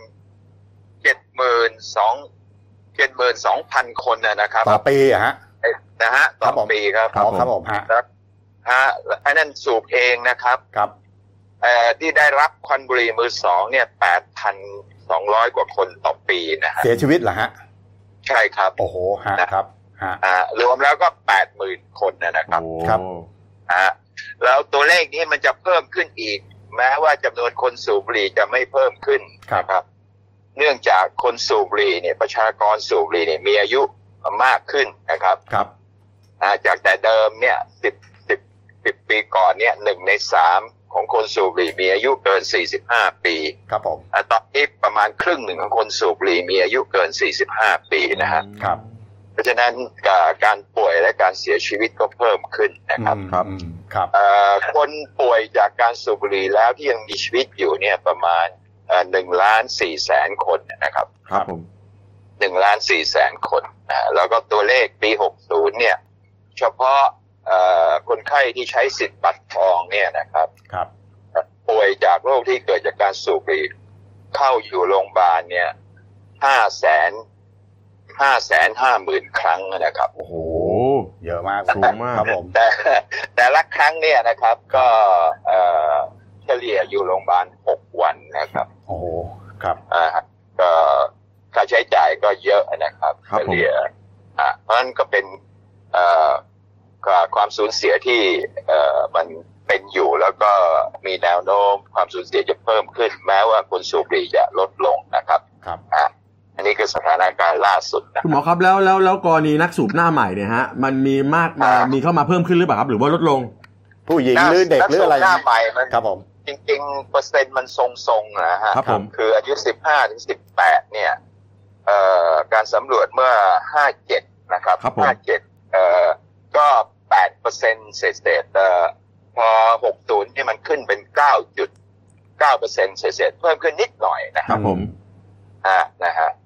72,000 คนนะครับต่อปีฮะนะฮะต่อปีครับครับผมฮะไอ้นั่นสูบเองนะครับครับที่ได้รับควันบุหรี่มือ2เนี่ย 8,200 กว่าคนต่อปีนะฮะเสียชีวิตเหรอฮะใช่ครับโอ้โหครับรวมแล้วก็ 80,000 คนนะครับครับแล้วตัวเลขนี้มันจะเพิ่มขึ้นอีกแม้ว่าจำนวนคนสูบบุหรี่จะไม่เพิ่มขึ้นนะครับเนื่องจากคนสูบบุหรี่เนี่ยประชากรสูบบุหรี่เนี่ยมีอายุมากขึ้นนะครับจากแต่เดิมเนี่ย10 ปีก่อนเนี่ย1 ใน 3 ของคนสูบบุหรี่มีอายุเกิน45ปีครับผมตอนนี้ประมาณครึ่งหนึ่งของคนสูบบุหรี่มีอายุเกิน45ปีนะฮะครับเพราะฉะนั้นการป่วยและการเสียชีวิตก็เพิ่มขึ้นนะครับครับคนป่วยจากการสูบบุหรี่แล้วที่ยังมีชีวิตอยู่เนี่ยประมาณ1,400,000 คนนะครับครับผม 1,400,000 คนแล้วก็ตัวเลขปี60เนี่ยเฉพาะคนไข้ที่ใช้สิทธิ์บัตรทองเนี่ยนะครับป่วยจากโรคที่เกิดจากการสูบบุหรี่เข้าอยู่โรงพยาบาลเนี่ย550,000 ครั้งนะครับโอ้โหเยอะมากสูงมากครับผมแต่ละครั้งเนี่ยนะครับก็เฉลี่ยอยู่โรงพยาบาล6 วันนะครับโอ้โหครับก็ค่าใช้จ่ายก็เยอะนะครับเฉลี่ยเพราะฉะนั้นก็เป็นความสูญเสียที่มันเป็นอยู่แล้วก็มีแนวโน้มความสูญเสียจะเพิ่มขึ้นแม้ว่าคนสูบบุหรี่จะลดลงนะครับอันนี้คือสถานการณ์ล่าสุดนะคุณหมอครับแล้วกรณีนักสูบหน้าใหม่เนี่ยฮะมันมีมีเข้ามาเพิ่มขึ้นหรือเปล่าครับหรือว่าลดลงผู้หญิงหรือเด็กหรืออะไรหน้าใหม่มันครับผมจริงๆเปอร์เซ็นต์มันทรงๆนะฮะคืออายุ15 ถึง 18เนี่ยการสำรวจเมื่อ57นะครับ57ก็ 8% เศษพอ60นี่มันขึ้นเป็น 9.9% เศษเพิ่มขึ้นนิดหน่อยนะครับผมนะฮะ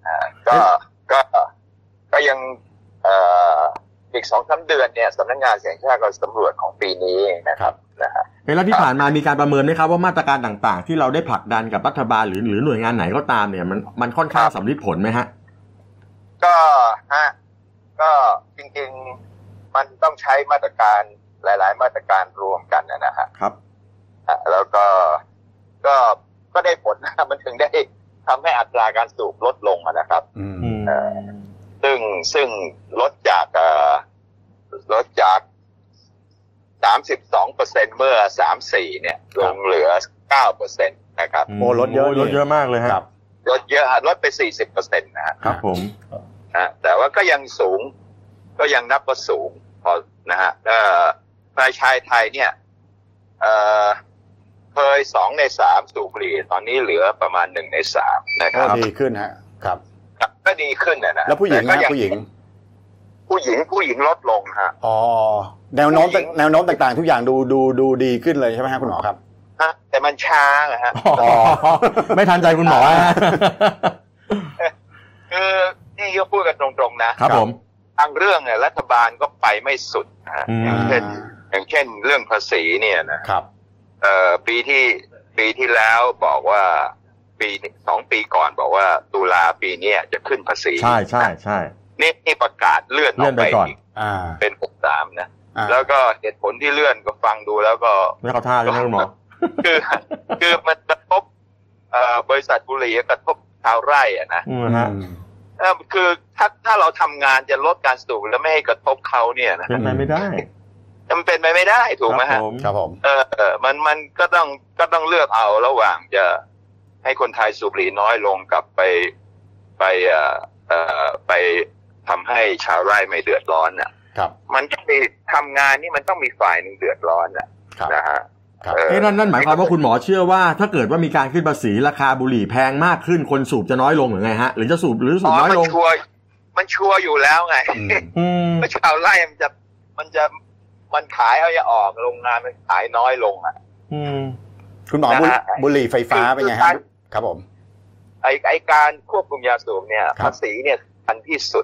ก็ยังอีก 2-3 เดือนเนี่ยสำนักงานเสียงชาติก็สำรวจของปีนี้นะครับนะฮะแล้วที่ผ่านมามีการประเมินไหมครับว่ามาตรการต่างๆที่เราได้ผลักดันกับรัฐบาลหรือหน่วยงานไหนก็ตามเนี่ยมันค่อนข้างสำลิดผลไหมฮะก็จริงๆมันต้องใช้มาตรการหลายๆมาตรการรวมกันนะฮะครับแล้วก็ได้ผลนะมันถึงได้ทำให้อัตราการสูบลดลงนะครับซึ่งลดจาก 32% เมื่อ 34เนี่ยลงเหลือ 9% นะครับโอ้ลดเยอะมากเลยครับลดเยอะลดไป 40% นะครับผมแต่ว่าก็ยังสูงก็ยังนับว่าสูงพอนะฮะในชายไทยเนี่ยเคย2 ใน 3สูบบุหรี่ตอนนี้เหลือประมาณ1 ใน 3นะครับก็ดีขึ้นฮะครับก็ดีขึ้นนะแล้วผู้หญิงลดลงฮะอ๋อแนวโน้มต่างๆทุกอย่างดูดีขึ้นเลยใช่ไหมฮะคุณหมอครับแต่มันช้าฮะไม่ทันใจคุณหมอคือนี่ก็พูดกันตรงๆนะครับผมทางเรื่องเนี่ยรัฐบาลก็ไปไม่สุดอย่างเช่นเรื่องภาษีเนี่ยนะครับปีที่แล้วบอกว่า2 ปีก่อนบอกว่าตุลาปีนี้จะขึ้นภาษีใช่นี่ประกาศเลื่อนออกไปอีกเป็น63นะแล้วก็เหตุผลที่เลื่อนก็ฟังดูแล้วก็ไม่เข้าท่าใช่ไหมคุณหมอคือมันกระทบบริษัทบุหรี่กระทบชาวไร่อะนะคือถ้าเราทำงานจะลดการสูบแล้วไม่ให้กระทบเขาเนี่ยนะเป็นไปไม่ได้มันเป็นไปไม่ได้ถูกไหมฮะครับผมมันก็ต้องเลือกเอาระหว่างจะให้คนไทยสูบบุหรี่น้อยลงกับไปทำให้ชาวไร่ไม่เดือดร้อนน่ะมันต้องมีทำงานนี่มันต้องมีฝ่ายหนึ่งเดือดร้อนนะฮะนั่นหมายความว่าคุณหมอเชื่อว่าถ้าเกิดว่ามีการขึ้นภาษีราคาบุหรี่แพงมากขึ้นคนสูบจะน้อยลงหรือไงฮะหรือจะสูบน้อยลงมันชัวร์อยู่แล้วไงเพราะชาวไร่มันขายเอาอย่าออกโรงงานมันขายน้อยลงคุณหมอบุหรี่ไฟฟ้าเป็นไงครับผมไอการควบคุมยาสูบเนี่ยภาษีเนี่ยอันที่สุด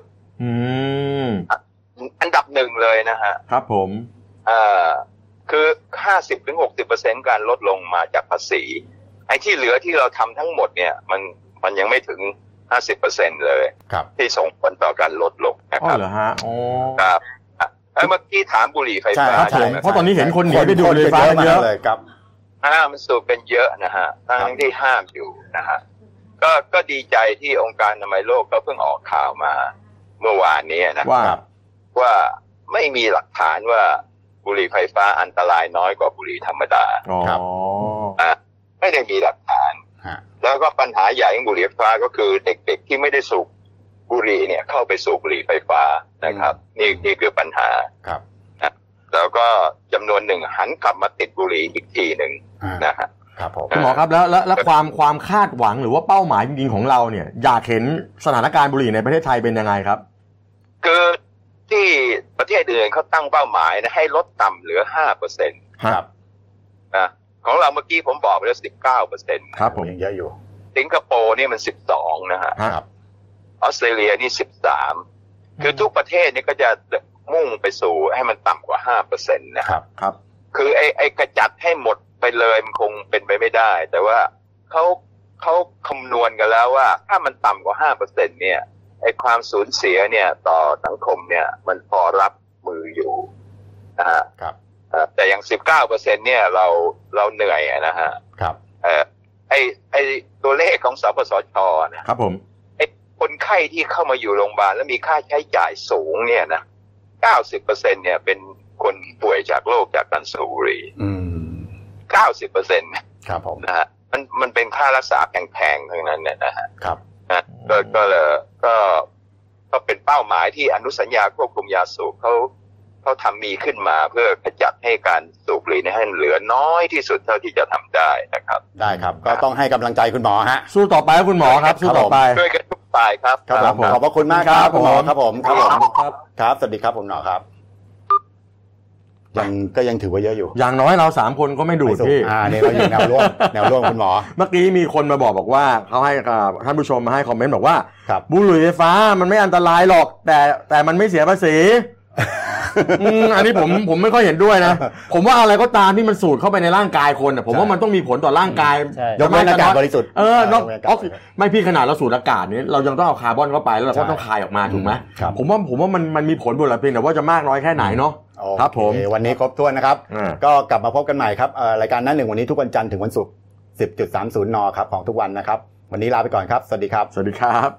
อันดับ 1เลยนะฮะครับผมคือ 50-60% การลดลงมาจากภาษีไอ้ที่เหลือที่เราทำทั้งหมดเนี่ยมันยังไม่ถึง 50% เลยที่ส่งผลต่อการลดลงนะครับอ๋อเหรอฮะอ๋อครับเมื่อกี้ถามบุหรี่ไฟฟ้าเพราะตอนนี้เห็นคนหนีไปดูบุหรี่ไฟฟ้าเยอะเลยครับมันสูบเป็นเยอะนะฮะทั้งที่ห้ามอยู่นะฮะก็ดีใจที่องค์การอนามัยโลกก็เพิ่งออกข่าวมาเมื่อวานนี้นะว่าไม่มีหลักฐานว่าบุหรี่ไฟฟ้าอันตรายน้อยกว่าบุหรี่ธรรมดาครับไม่ได้มีหลักฐานแล้วก็ปัญหาใหญ่ของบุหรี่ไฟฟ้าก็คือเด็กๆที่ไม่ได้สูบบุหรี่เนี่ยเข้าไปสูบบุหรี่ไฟฟ้านะครับนี่คือปัญหาแล้วก็จำนวนหนึ่งหันกลับมาติดบุหรี่อีกทีหนึ่งนะฮะครับผมคุณหมอครับแล้วความคาดหวังหรือว่าเป้าหมายจริงๆของเราเนี่ยอยากเห็นสถานการณ์บุหรี่ในประเทศไทยเป็นยังไงครับคือที่ประเทศอื่นเขาตั้งเป้าหมายนะให้ลดต่ำเหลือ 5% ครับนะของเราเมื่อกี้ผมบอกไปแล้ว 19% ครับผมยังเยอะอยู่สิงคโปร์นี่มัน12นะฮะครับออสเตรเลียนี่13คือทุกประเทศนี่ก็จะมุ่งไปสู่ให้มันต่ำกว่า 5% นะครับครับคือไอ้กระจัดให้หมดไปเลยมันคงเป็นไปไม่ได้แต่ว่าเขาคำนวณกันแล้วว่าถ้ามันต่ำกว่า 5% เนี่ยไอ้ความสูญเสียเนี่ยต่อสังคมเนี่ยมันพอรับมืออยู่นะฮะครับแต่อย่าง 19% เนี่ยเราเหนื่อยนะฮะครับไอ้ตัวเลขของสปสช.นะครับผมไอ้คนไข้ที่เข้ามาอยู่โรงพยาบาลแล้วมีค่าใช้จ่ายสูงเนี่ยนะ 90% เนี่ยเป็นคนป่วยจากโรคจากการสูบบุหรี่90% ครับผมนะฮะมันเป็นค่ารักษาแพงๆทั้งนั้นเนี่ยนะฮะครับก็เป็นเป้าหมายที่อนุสัญญาควบคุมยาสูบเขาทำมีขึ้นมาเพื่อขจัดให้การสูบบุหรี่ให้เหลือน้อยที่สุดเท่าที่จะทำได้นะครับได้ครับก็ต้องให้กำลังใจคุณหมอฮะสู้ต่อไปคุณหมอครับสู้ต่อไปด้วยกันทุกฝ่ายครับครับผมขอบพระคุณมากครับคุณหมอครับผมครับสวัสดีครับคุณหมอครับยังถือว่าเยอะอยู่อย่างน้อยเรา3คนก็ไม่ดูดพี่เนี่ยเราอยู่แนวร่วมคุณหมอเมื่อกี้มีคนมาบอกว่าเขาให้ท่านผู้ชมมาให้คอมเมนต์บอกว่าบุหรี่ไฟฟ้ามันไม่อันตรายหรอกแต่มันไม่เสียภาษีอันนี้ผมไม่ค่อยเห็นด้วยนะผมว่าอะไรก็ตามที่มันสูดเข้าไปในร่างกายคนผมว่ามันต้องมีผลต่อร่างกายยกเว้นอากาศบริสุทธิ์ไม่พี่ขนาดเราสูดอากาศนี้เรายังต้องเอาคาร์บอนเข้าไปแล้วเราก็ต้องคายออกมาถูกไหมผมว่ามันมีผลบนระเบียงแต่ว่าจะมากน้อยแค่ไหนเนาะครับผมวันนี้ครบถ้วนนะครับก็กลับมาพบกันใหม่ครับรายการหน้าหนึ่งวันนี้ทุกวันจันทร์ถึงวันศุกร์ 10.30 น.ครับของทุกวันนะครับวันนี้ลาไปก่อนครับสวัสดีครับสวัสดีครับ